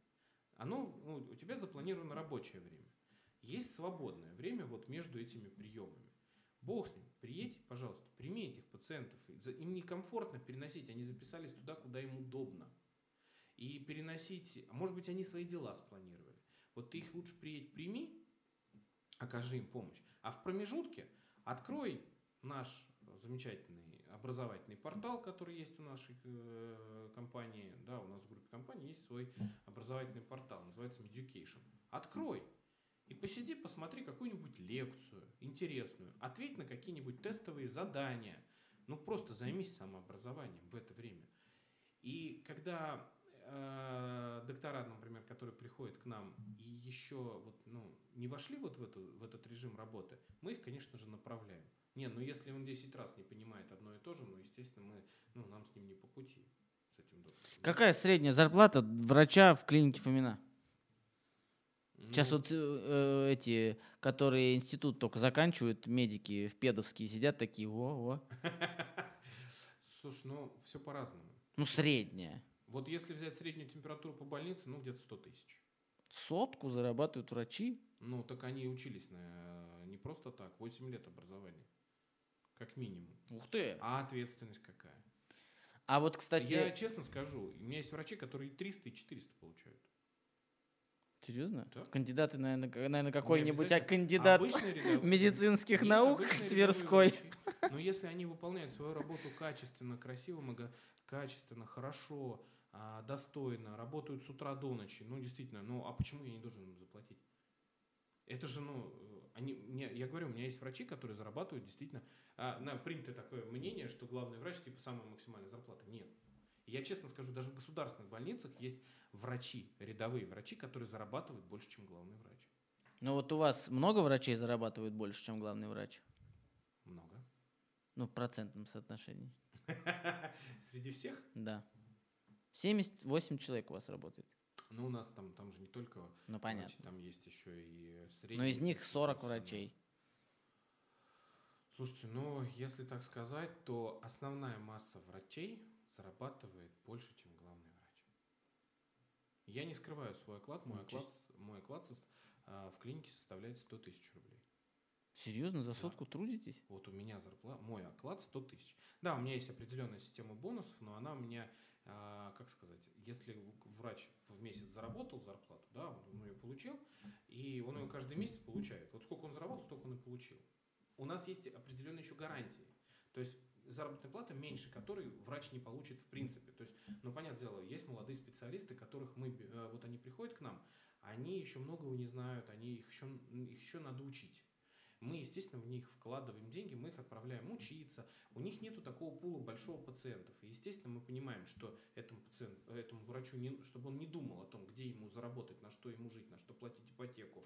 У тебя запланировано рабочее время. Есть свободное время вот между этими приемами. Бог с ним, приедь, пожалуйста, прими этих пациентов. Им некомфортно переносить, они записались туда, куда им удобно. И переносить, может быть, они свои дела спланировали. Вот ты их лучше приедь, прими, окажи им помощь. А в промежутке открой наш замечательный образовательный портал, который есть у нашей компании. Да, у нас в группе компаний есть свой образовательный портал, называется Meducation. Открой. И посиди, посмотри какую-нибудь лекцию интересную, ответь на какие-нибудь тестовые задания. Просто займись самообразованием в это время. И когда доктора, например, которые приходят к нам и еще вот, не вошли вот в этот режим работы, мы их, конечно же, направляем. Если он 10 раз не понимает одно и то же, естественно, нам с ним не по пути с этим доктором. Какая средняя зарплата врача в клинике Фомина? Сейчас вот эти, которые институт только заканчивают, медики в педовские сидят такие, о. Слушай, все по-разному. Средняя. Вот если взять среднюю температуру по больнице, где-то 100 тысяч. 100 зарабатывают врачи? Так они учились не просто так, 8 лет образования. Как минимум. Ух ты. А ответственность какая? А вот, кстати... Я честно скажу, у меня есть врачи, которые 300 и 400 получают. Серьезно? Да. Кандидаты, наверное, какой-нибудь, кандидат рядовые, медицинских наук Тверской. Но если они выполняют свою работу качественно, красиво, качественно, хорошо, достойно, работают с утра до ночи, действительно, а почему я не должен им заплатить? Это же, я говорю, у меня есть врачи, которые зарабатывают действительно, принято такое мнение, что главный врач типа самая максимальная зарплата. Нет. Я честно скажу, даже в государственных больницах есть врачи, рядовые врачи, которые зарабатывают больше, чем главный врач. Вот у вас много врачей зарабатывают больше, чем главный врач? Много. В процентном соотношении. Среди всех? Да. 78 человек у вас работает. У нас там же не только понятно. врачи, там есть еще и средние. Но из них 40 врачей. Слушайте, если так сказать, то основная масса врачей зарабатывает больше, чем главный врач. Я не скрываю свой оклад. Мой оклад в клинике составляет 100 тысяч рублей. Серьезно? За сотку трудитесь? Вот у меня зарплата, мой оклад 100 тысяч. Да, у меня есть определенная система бонусов, но она у меня, если врач в месяц заработал зарплату, да, он ее получил, и он ее каждый месяц получает. Вот сколько он заработал, столько он и получил. У нас есть определенные еще гарантии. То есть заработная плата меньше, которой врач не получит в принципе. То есть, понятное дело, есть молодые специалисты, которых они приходят к нам, они еще многого не знают, их еще надо учить. Мы, естественно, в них вкладываем деньги, мы их отправляем учиться. У них нету такого пула большого пациентов. И, естественно, мы понимаем, что этому врачу, чтобы он не думал о том, где ему заработать, на что ему жить, на что платить ипотеку,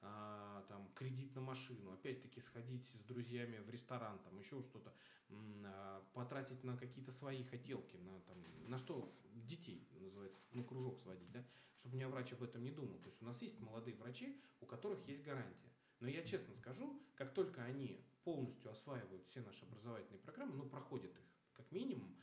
кредит на машину, опять-таки сходить с друзьями в ресторан, еще что-то, потратить на какие-то свои хотелки, на что детей, называется, на кружок сводить, да, чтобы у меня врач об этом не думал. То есть у нас есть молодые врачи, у которых есть гарантия. Но я честно скажу, как только они полностью осваивают все наши образовательные программы, проходят их как минимум,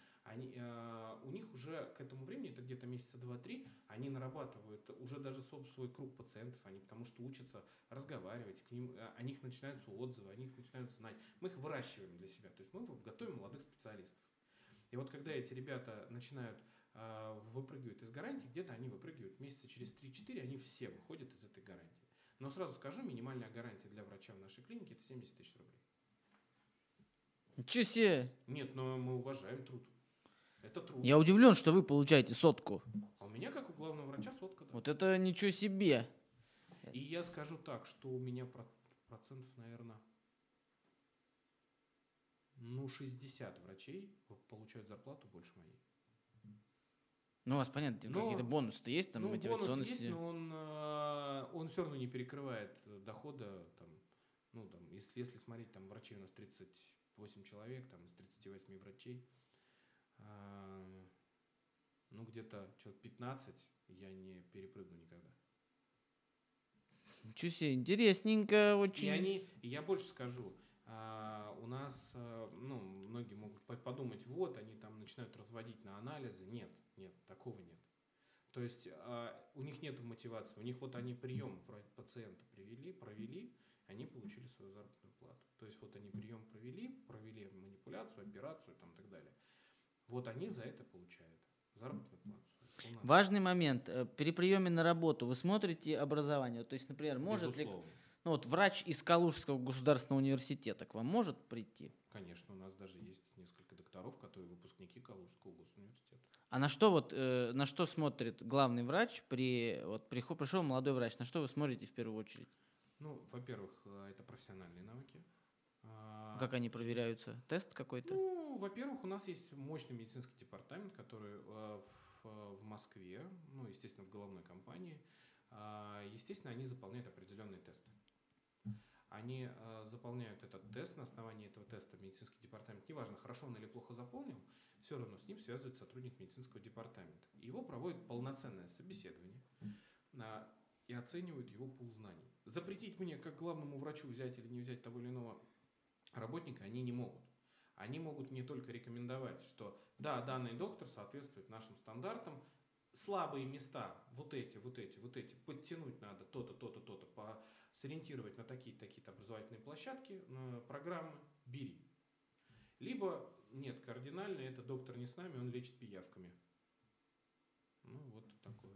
у них уже к этому времени, это где-то месяца 2-3, они нарабатывают уже даже свой круг пациентов, потому что учатся разговаривать, о них начинаются отзывы, они их начинают знать. Мы их выращиваем для себя, то есть мы готовим молодых специалистов. И вот когда эти ребята начинают выпрыгивать из гарантии, где-то они выпрыгивают месяца через 3-4, они все выходят из этой гарантии. Но сразу скажу, минимальная гарантия для врача в нашей клинике – это 70 тысяч рублей. Ничего себе! Нет, но мы уважаем труд. Это труд. Я удивлен, что вы получаете 100. А у меня, как у главного врача, 100. Да. Вот это ничего себе! И я скажу так, что у меня процентов, наверное, 60 врачей получают зарплату больше моей. У вас, понятно, какие-то бонусы-то есть, мотивационные. Бонус есть, но он все равно не перекрывает дохода. Если смотреть, врачей у нас 38 человек, из 38 врачей, где-то человек 15 я не перепрыгну никогда. Ничего себе, интересненько очень. Я больше скажу, у нас, многие могут подумать, они начинают разводить на анализы. Нет, такого нет. То есть у них нет мотивации, у них они прием пациента провели, они получили свою заработную плату. То есть они прием провели манипуляцию, операцию и так далее. Они за это получают заработную плату. Важный момент. При приеме на работу вы смотрите образование? То есть, например, может Безусловно. ли врач из Калужского государственного университета к вам может прийти? Конечно, у нас даже есть несколько докторов, которые выпускники Калужского госуниверситета. А на что смотрит главный врач пришел молодой врач? На что вы смотрите в первую очередь? Во-первых, это профессиональные навыки. Как они проверяются? Тест какой-то? Во-первых, у нас есть мощный медицинский департамент, который в Москве, ну, естественно, в головной компании, естественно, они заполняют определенные тесты. Они заполняют этот тест, на основании этого теста медицинский департамент, неважно, хорошо он или плохо заполнил, все равно с ним связывает сотрудник медицинского департамента. Его проводит полноценное собеседование и оценивают его пул знаний. Запретить мне, как главному врачу, взять или не взять того или иного работника они не могут. Они могут мне только рекомендовать, что да, данный доктор соответствует нашим стандартам, слабые места, вот эти, подтянуть надо, то-то, то-то, то-то, сориентировать на такие-то, такие-то образовательные площадки, программы, бери. Либо, нет, кардинально, это доктор не с нами, он лечит пиявками. Ну, вот такое.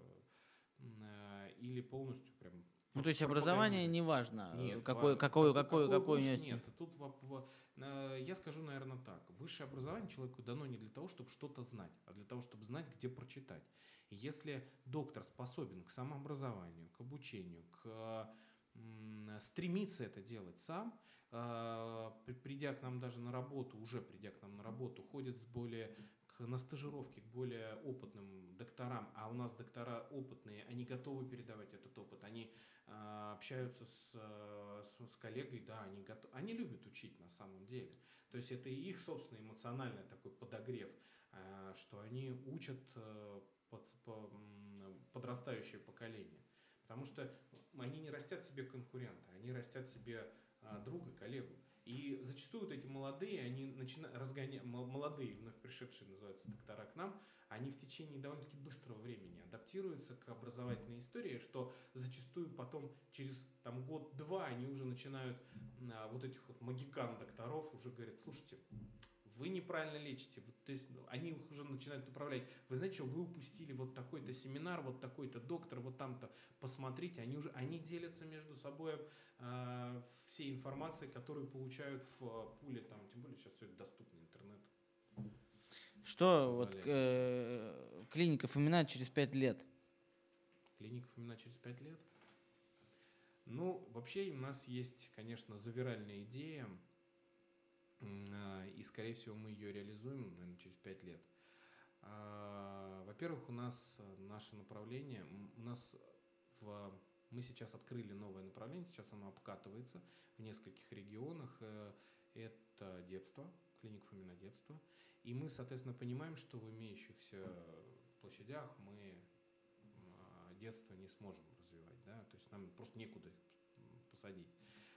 Или полностью прям... Ну, то есть образование не важно, нет, какой университет. Нет, тут я скажу, наверное, так. Высшее образование человеку дано не для того, чтобы что-то знать, а для того, чтобы знать, где прочитать. И если доктор способен к самообразованию, к обучению, стремится это делать сам, придя к нам даже на работу, ходит на стажировки к более опытным докторам, а у нас доктора опытные, они готовы передавать этот опыт, они общаются с коллегой, да, они любят учить на самом деле. То есть это и их собственный эмоциональный такой подогрев, что они учат подрастающее поколение. Потому что они не растят себе конкурента, они растят себе друга, коллегу. И зачастую вот эти молодые, они начинают разгонять, молодые, вновь пришедшие, называются доктора к нам, они в течение довольно-таки быстрого времени адаптируются к образовательной истории, что зачастую потом через год-два они уже начинают вот этих вот магикан-докторов уже говорят, слушайте, вы неправильно лечите. То есть они их уже начинают направлять. Вы знаете что, вы упустили вот такой-то семинар, вот такой-то доктор, вот там-то посмотрите. Они делятся между собой всей информацией, которую получают в пуле. Тем более сейчас все это доступно интернету. Что вот клиника Фомина через 5 лет? Клиника Фомина через 5 лет? Ну, вообще у нас есть, конечно, завиральная идея. И, скорее всего, мы ее реализуем, наверное, через 5 лет. Во-первых, у нас наше направление, мы сейчас открыли новое направление, сейчас оно обкатывается в нескольких регионах. Это детство, клиника Фомина детство. И мы, соответственно, понимаем, что в имеющихся площадях мы детство не сможем развивать. Да? То есть нам просто некуда их посадить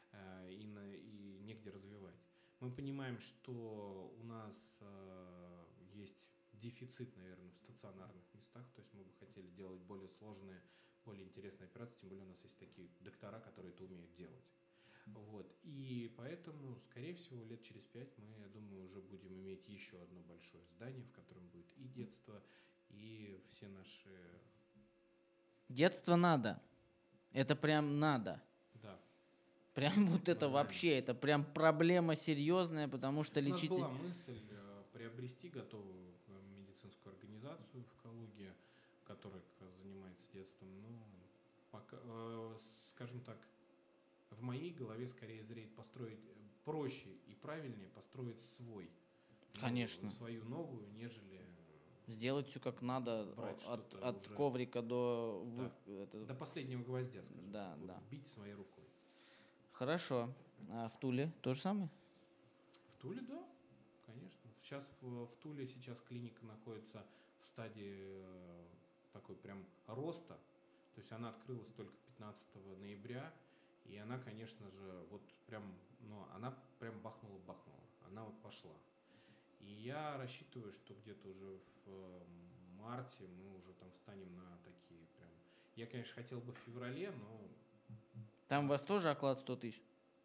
и негде развивать. Мы понимаем, что у нас есть дефицит, наверное, в стационарных местах, то есть мы бы хотели делать более сложные, более интересные операции, тем более у нас есть такие доктора, которые это умеют делать. Вот. И поэтому, скорее всего, лет через 5 мы, я думаю, уже будем иметь еще одно большое здание, в котором будет и детство, и все наши... Детство надо. Это прям надо. Да. Прям вот это вообще, это прям проблема серьезная, потому что лечить... У нас была мысль приобрести готовую медицинскую организацию в Калуге, которая занимается детством. Но пока, скажем так, в моей голове скорее зреет построить проще и правильнее построить Конечно. Свою новую, нежели... Сделать все как надо, от уже... коврика до... Да, до последнего гвоздя, скажем так, вот, вбить своей рукой. Хорошо. А в Туле то же самое? В Туле, да, конечно. Сейчас в Туле сейчас клиника находится в стадии такой прям роста. То есть она открылась только 15 ноября. И она, конечно же, вот прям, она прям бахнула. Она вот пошла. И я рассчитываю, что где-то уже в марте мы уже там встанем на такие прям... Я, конечно, хотел бы в феврале, но... Там у вас тоже оклад 100 тысяч?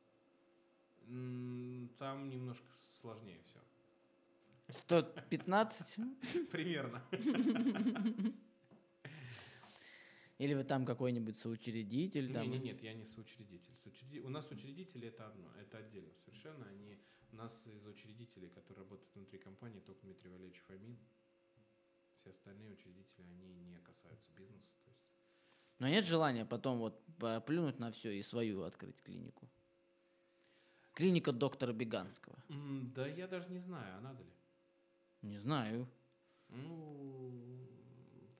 Там немножко сложнее все. 115? Примерно. Или вы там какой-нибудь соучредитель? Нет, я не соучредитель. У нас учредители это одно, это отдельно совершенно. У нас из учредителей, которые работают внутри компании, только Дмитрий Валерьевич Фомин. Все остальные учредители, они не касаются бизнеса. То есть... Но нет желания потом вот плюнуть на все и свою открыть клинику? Клиника доктора Беганского. Да я даже не знаю, а надо ли? Не знаю.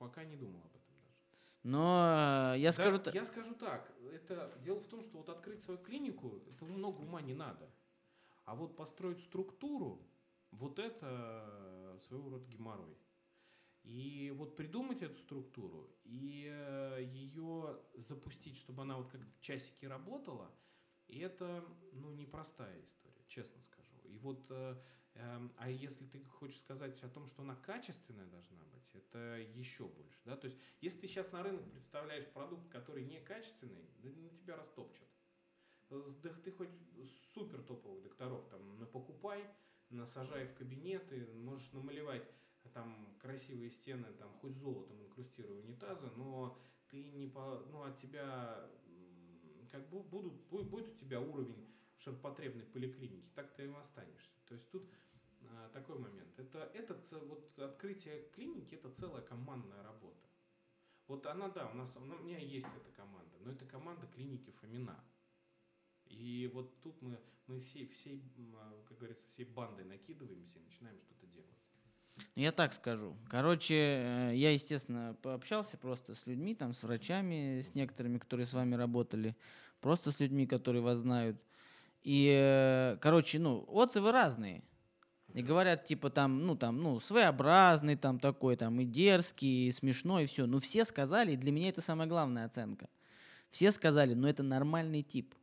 пока не думал об этом даже. Но я скажу... Я скажу так. Дело в том, что вот открыть свою клинику, это много ума не надо. А вот построить структуру, вот это своего рода геморрой. И вот придумать эту структуру и ее запустить, чтобы она вот как часики работала, и это, непростая история, честно скажу. И вот, а если ты хочешь сказать о том, что она качественная должна быть, это еще больше, да? То есть, если ты сейчас на рынок представляешь продукт, который некачественный, да, на тебя растопчут. Да ты хоть супер топовых докторов там покупай, насажай в кабинеты, можешь намалевать там красивые стены, там хоть золотом инкрустируй унитазы, но ты не от тебя как бы будет у тебя уровень ширпотребной поликлиники, так ты им останешься. То есть тут такой момент. Вот открытие клиники — это целая командная работа. Вот она, да, у меня есть эта команда, но это команда клиники Фомина. И вот тут мы всей, как говорится, всей бандой накидываемся и начинаем что-то делать. Я так скажу. Короче, я, естественно, пообщался просто с людьми, там, с врачами, с некоторыми, которые с вами работали, просто с людьми, которые вас знают. И, короче, отзывы разные. И говорят, типа, своеобразный, там, такой, там, и дерзкий, и смешной, и все. Но все сказали, и для меня это самая главная оценка. Все сказали, это нормальный тип.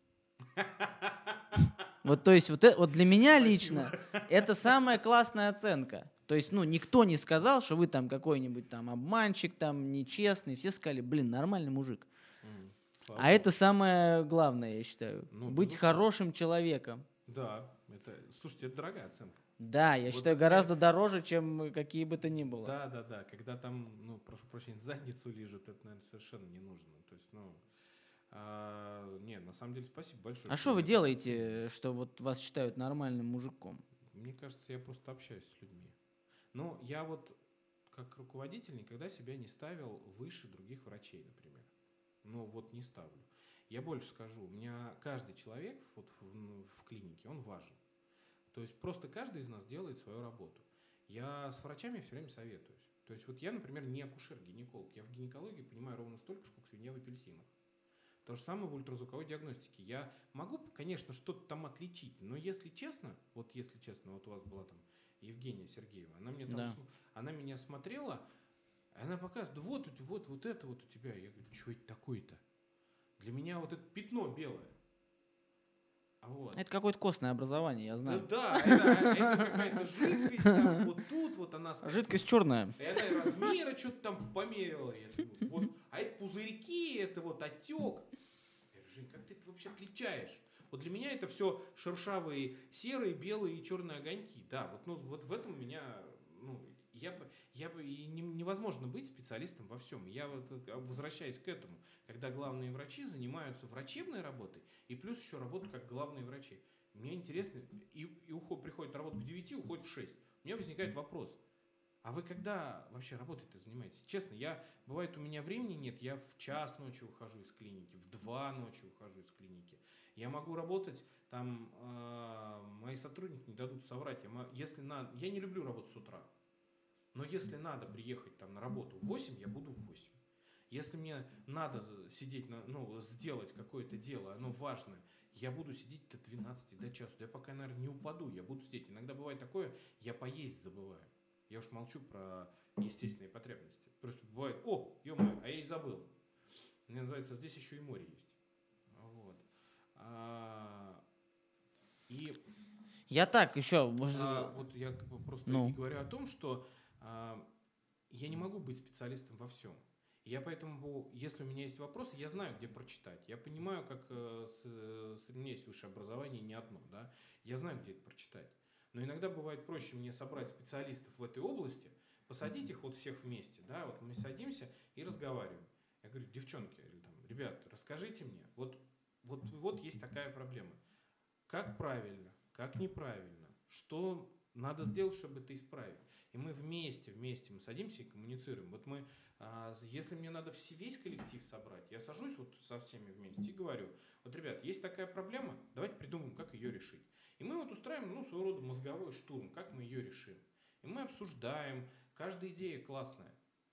Вот, то есть, вот для меня лично это самая классная оценка. То есть, никто не сказал, что вы там какой-нибудь там обманщик, там, нечестный. Все сказали, нормальный мужик. А это самое главное, я считаю. Быть хорошим человеком. Да, слушайте, это дорогая оценка. Да, я считаю, гораздо дороже, чем какие бы то ни было. Да. Когда там, прошу прощения, задницу лижут, это, наверное, совершенно не нужно. То есть, на самом деле, спасибо большое. А что вы делаете, что вот вас считают нормальным мужиком? Мне кажется, я просто общаюсь с людьми. Но я вот, как руководитель, никогда себя не ставил выше других врачей, например. Не ставлю. Я больше скажу, у меня каждый человек вот в клинике, он важен. То есть просто каждый из нас делает свою работу. Я с врачами все время советуюсь. То есть вот я, например, не акушер-гинеколог. Я в гинекологии понимаю ровно столько, сколько свинья в апельсинах. То же самое в ультразвуковой диагностике. Я могу, конечно, что-то там отличить, но если честно, вот у вас была там Евгения Сергеева, она меня смотрела, она показывает, вот это вот у тебя. Я говорю, что это такое-то? Для меня вот это пятно белое. Вот. Это какое-то костное образование, я знаю. Это какая-то жидкость, там, вот тут вот она... Жидкость черная. И она размера что-то там померила. А это пузырьки, это вот отек. Я говорю, Жень, как ты это вообще отличаешь? Вот для меня это все шершавые серые, белые и черные огоньки. Да, вот в этом меня... невозможно быть специалистом во всем. Я возвращаюсь к этому, когда главные врачи занимаются врачебной работой и плюс еще работают как главные врачи. Мне интересно, и приходит на работу к 9, уходит в 6. У меня возникает вопрос, а вы когда вообще работой-то занимаетесь? Честно, бывает, у меня времени нет, я в 1:00 ночи ухожу из клиники, в 2 ночи ухожу из клиники. Я могу работать, там, мои сотрудники не дадут соврать. Я не люблю работать с утра. Но если надо приехать там на работу в 8, я буду в 8. Если мне надо сидеть, сделать какое-то дело, оно важное, я буду сидеть до 12, до часу. Я пока, наверное, не упаду, я буду сидеть. Иногда бывает такое, я поесть забываю. Я уж молчу про естественные потребности. Просто бывает, ё-моё, а я и забыл. Мне называется, здесь еще и море есть. Вот. Я так еще... Вот я просто и говорю о том, что я не могу быть специалистом во всем. Я поэтому, если у меня есть вопросы, я знаю, где прочитать. Я понимаю, как у меня есть высшее образование, не одно, да. Я знаю, где это прочитать. Но иногда бывает проще мне собрать специалистов в этой области, посадить их вот всех вместе, да, вот мы садимся и разговариваем. Я говорю, девчонки, или там, ребят, расскажите мне, вот есть такая проблема. Как правильно, как неправильно, что надо сделать, чтобы это исправить. И мы вместе мы садимся и коммуницируем. Вот если мне надо весь коллектив собрать, я сажусь вот со всеми вместе и говорю, вот, ребят, есть такая проблема, давайте придумаем, как ее решить. И мы вот устраиваем, своего рода мозговой штурм, как мы ее решим. И мы обсуждаем, каждая идея классная.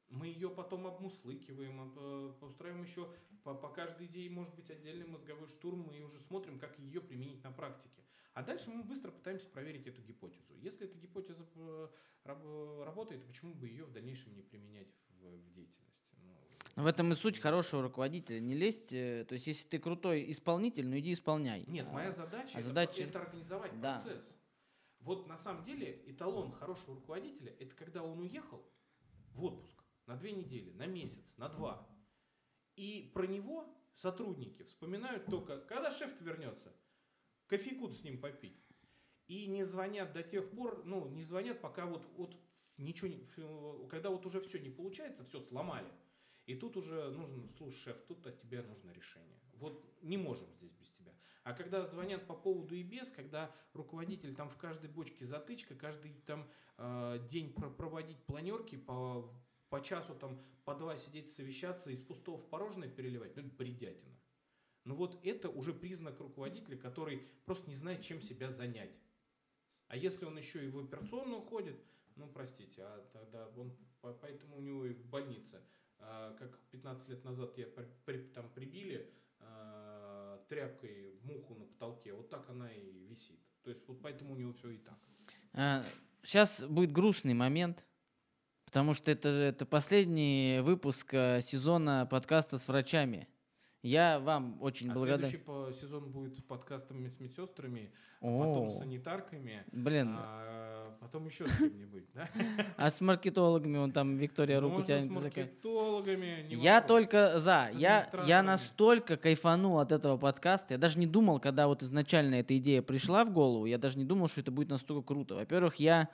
Мы ее потом обмуслыкиваем, устраиваем еще по каждой идее, может быть, отдельный мозговой штурм, и уже смотрим, как ее применить на практике. А дальше мы быстро пытаемся проверить эту гипотезу. Если эта гипотеза работает, почему бы ее в дальнейшем не применять в деятельности? В этом и суть хорошего руководителя. Не лезть. То есть, если ты крутой исполнитель, ну иди исполняй. Нет, моя задача, это организовать процесс. Вот на самом деле эталон хорошего руководителя – это когда он уехал в отпуск на 2 недели, на месяц, на 2. И про него сотрудники вспоминают только, когда шеф вернется, кофейку с ним попить. И не звонят до тех пор, не звонят, пока вот ничего, когда вот уже все не получается, все сломали. И тут уже нужно, слушай, шеф, тут от тебя нужно решение. Вот не можем здесь без тебя. А когда звонят по поводу и без, когда руководитель там в каждой бочке затычка, каждый там день проводить планерки, по часу там по 2 сидеть совещаться, из пустого в порожное переливать, это бредятина. Вот это уже признак руководителя, который просто не знает, чем себя занять. А если он еще и в операционную ходит, простите, а тогда он, поэтому у него и в больнице, как 15 лет назад там прибили тряпкой муху на потолке, вот так она и висит. То есть вот поэтому у него все и так. Сейчас будет грустный момент, потому что это последний выпуск сезона подкаста с врачами. Я вам очень благодарен. Следующий сезон будет подкастами с медсестрами, потом с санитарками, потом еще с кем-нибудь. Да? А с маркетологами, он там Виктория руку тянет. С маркетологами. Я только за. Я настолько кайфанул от этого подкаста. Я даже не думал, когда вот изначально эта идея пришла в голову, я даже не думал, что это будет настолько круто. Во-первых, я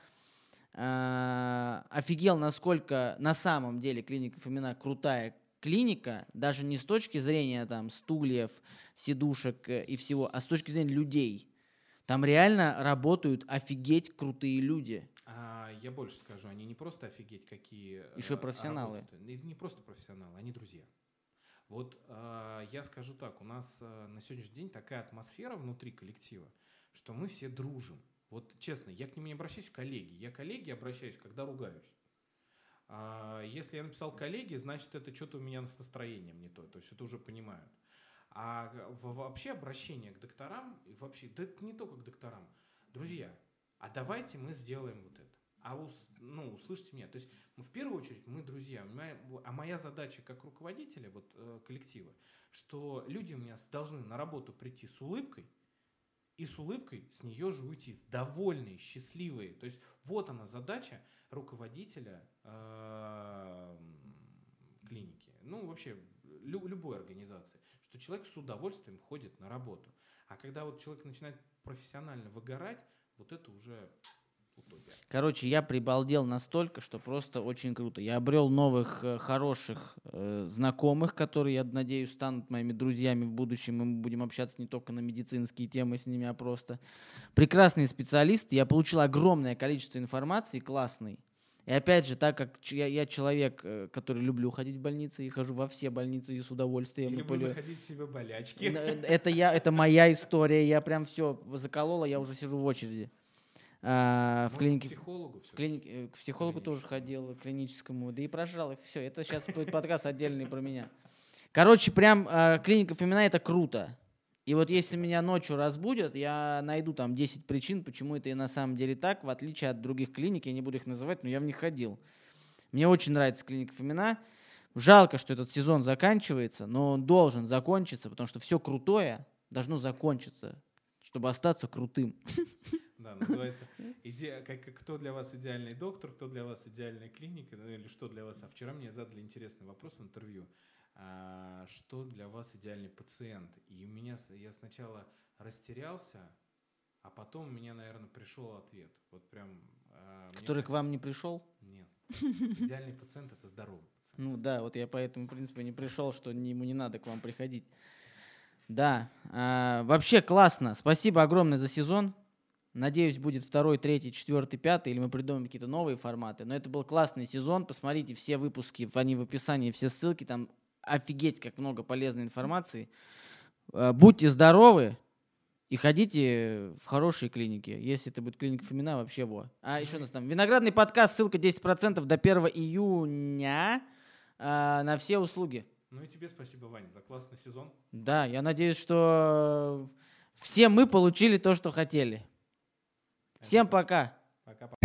офигел, насколько на самом деле клиника Фомина крутая клиника, даже не с точки зрения там стульев, сидушек и всего, а с точки зрения людей. Там реально работают офигеть крутые люди. Я больше скажу, они не просто офигеть какие... Еще профессионалы. Это не просто профессионалы, они друзья. Вот я скажу так, у нас на сегодняшний день такая атмосфера внутри коллектива, что мы все дружим. Вот честно, я к ним не обращаюсь коллеги. Я к коллеге обращаюсь, когда ругаюсь. Если я написал коллеги, значит, это что-то у меня с настроением не то. То есть это уже понимают. А вообще обращение к докторам, вообще, да это не только к докторам. Друзья, а давайте мы сделаем вот это. Услышьте меня. То есть в первую очередь мы друзья. А моя задача как руководителя коллектива, что люди у меня должны на работу прийти с улыбкой, и с улыбкой с нее же уйти, довольные, счастливые. То есть вот она задача руководителя клиники, вообще любой организации, что человек с удовольствием ходит на работу. А когда вот человек начинает профессионально выгорать, вот это уже утопия. Короче, я прибалдел настолько, что просто очень круто. Я обрел новых хороших знакомых, которые, я надеюсь, станут моими друзьями в будущем. Мы будем общаться не только на медицинские темы с ними, а просто прекрасные специалисты. Я получил огромное количество информации, классной. И опять же, так как я человек, который люблю ходить в больницы, и хожу во все больницы и с удовольствием. И люблю находить себе болячки. Это моя история. Я прям все заколола, я уже сижу в очереди. В клинике, к психологу тоже ходил, к клиническому, да и прожрал, и все. Это сейчас будет подкаст отдельный про меня. Короче, прям клиника Фомина — это круто. И вот если меня ночью разбудят, я найду там 10 причин, почему это и на самом деле так, в отличие от других клиник, я не буду их называть, но я в них ходил. Мне очень нравится клиника Фомина. Жалко, что этот сезон заканчивается, но он должен закончиться, потому что все крутое должно закончиться, чтобы остаться крутым. Да, называется «Кто для вас идеальный доктор, кто для вас идеальная клиника, или что для вас?» А вчера мне задали интересный вопрос в интервью. Что для вас идеальный пациент? И я сначала растерялся, а потом у меня, наверное, пришел ответ. Вот прям. Который к вам не пришел? Нет. Идеальный пациент — это здоровый пациент. Ну да, вот я поэтому, в принципе, не пришел, что ему не надо к вам приходить. Да, вообще классно. Спасибо огромное за сезон. Надеюсь, будет 2, 3, 4, 5, или мы придумаем какие-то новые форматы. Но это был классный сезон. Посмотрите все выпуски, они в описании, все ссылки. Там офигеть, как много полезной информации. Будьте здоровы. И ходите в хорошие клиники. Если это будет клиника Фомина, вообще во. А еще у нас там виноградный подкаст, ссылка 10% до 1 июня на все услуги. Ну и тебе спасибо, Ваня, за классный сезон. Да, я надеюсь, что все мы получили то, что хотели. Всем пока. Пока-пока.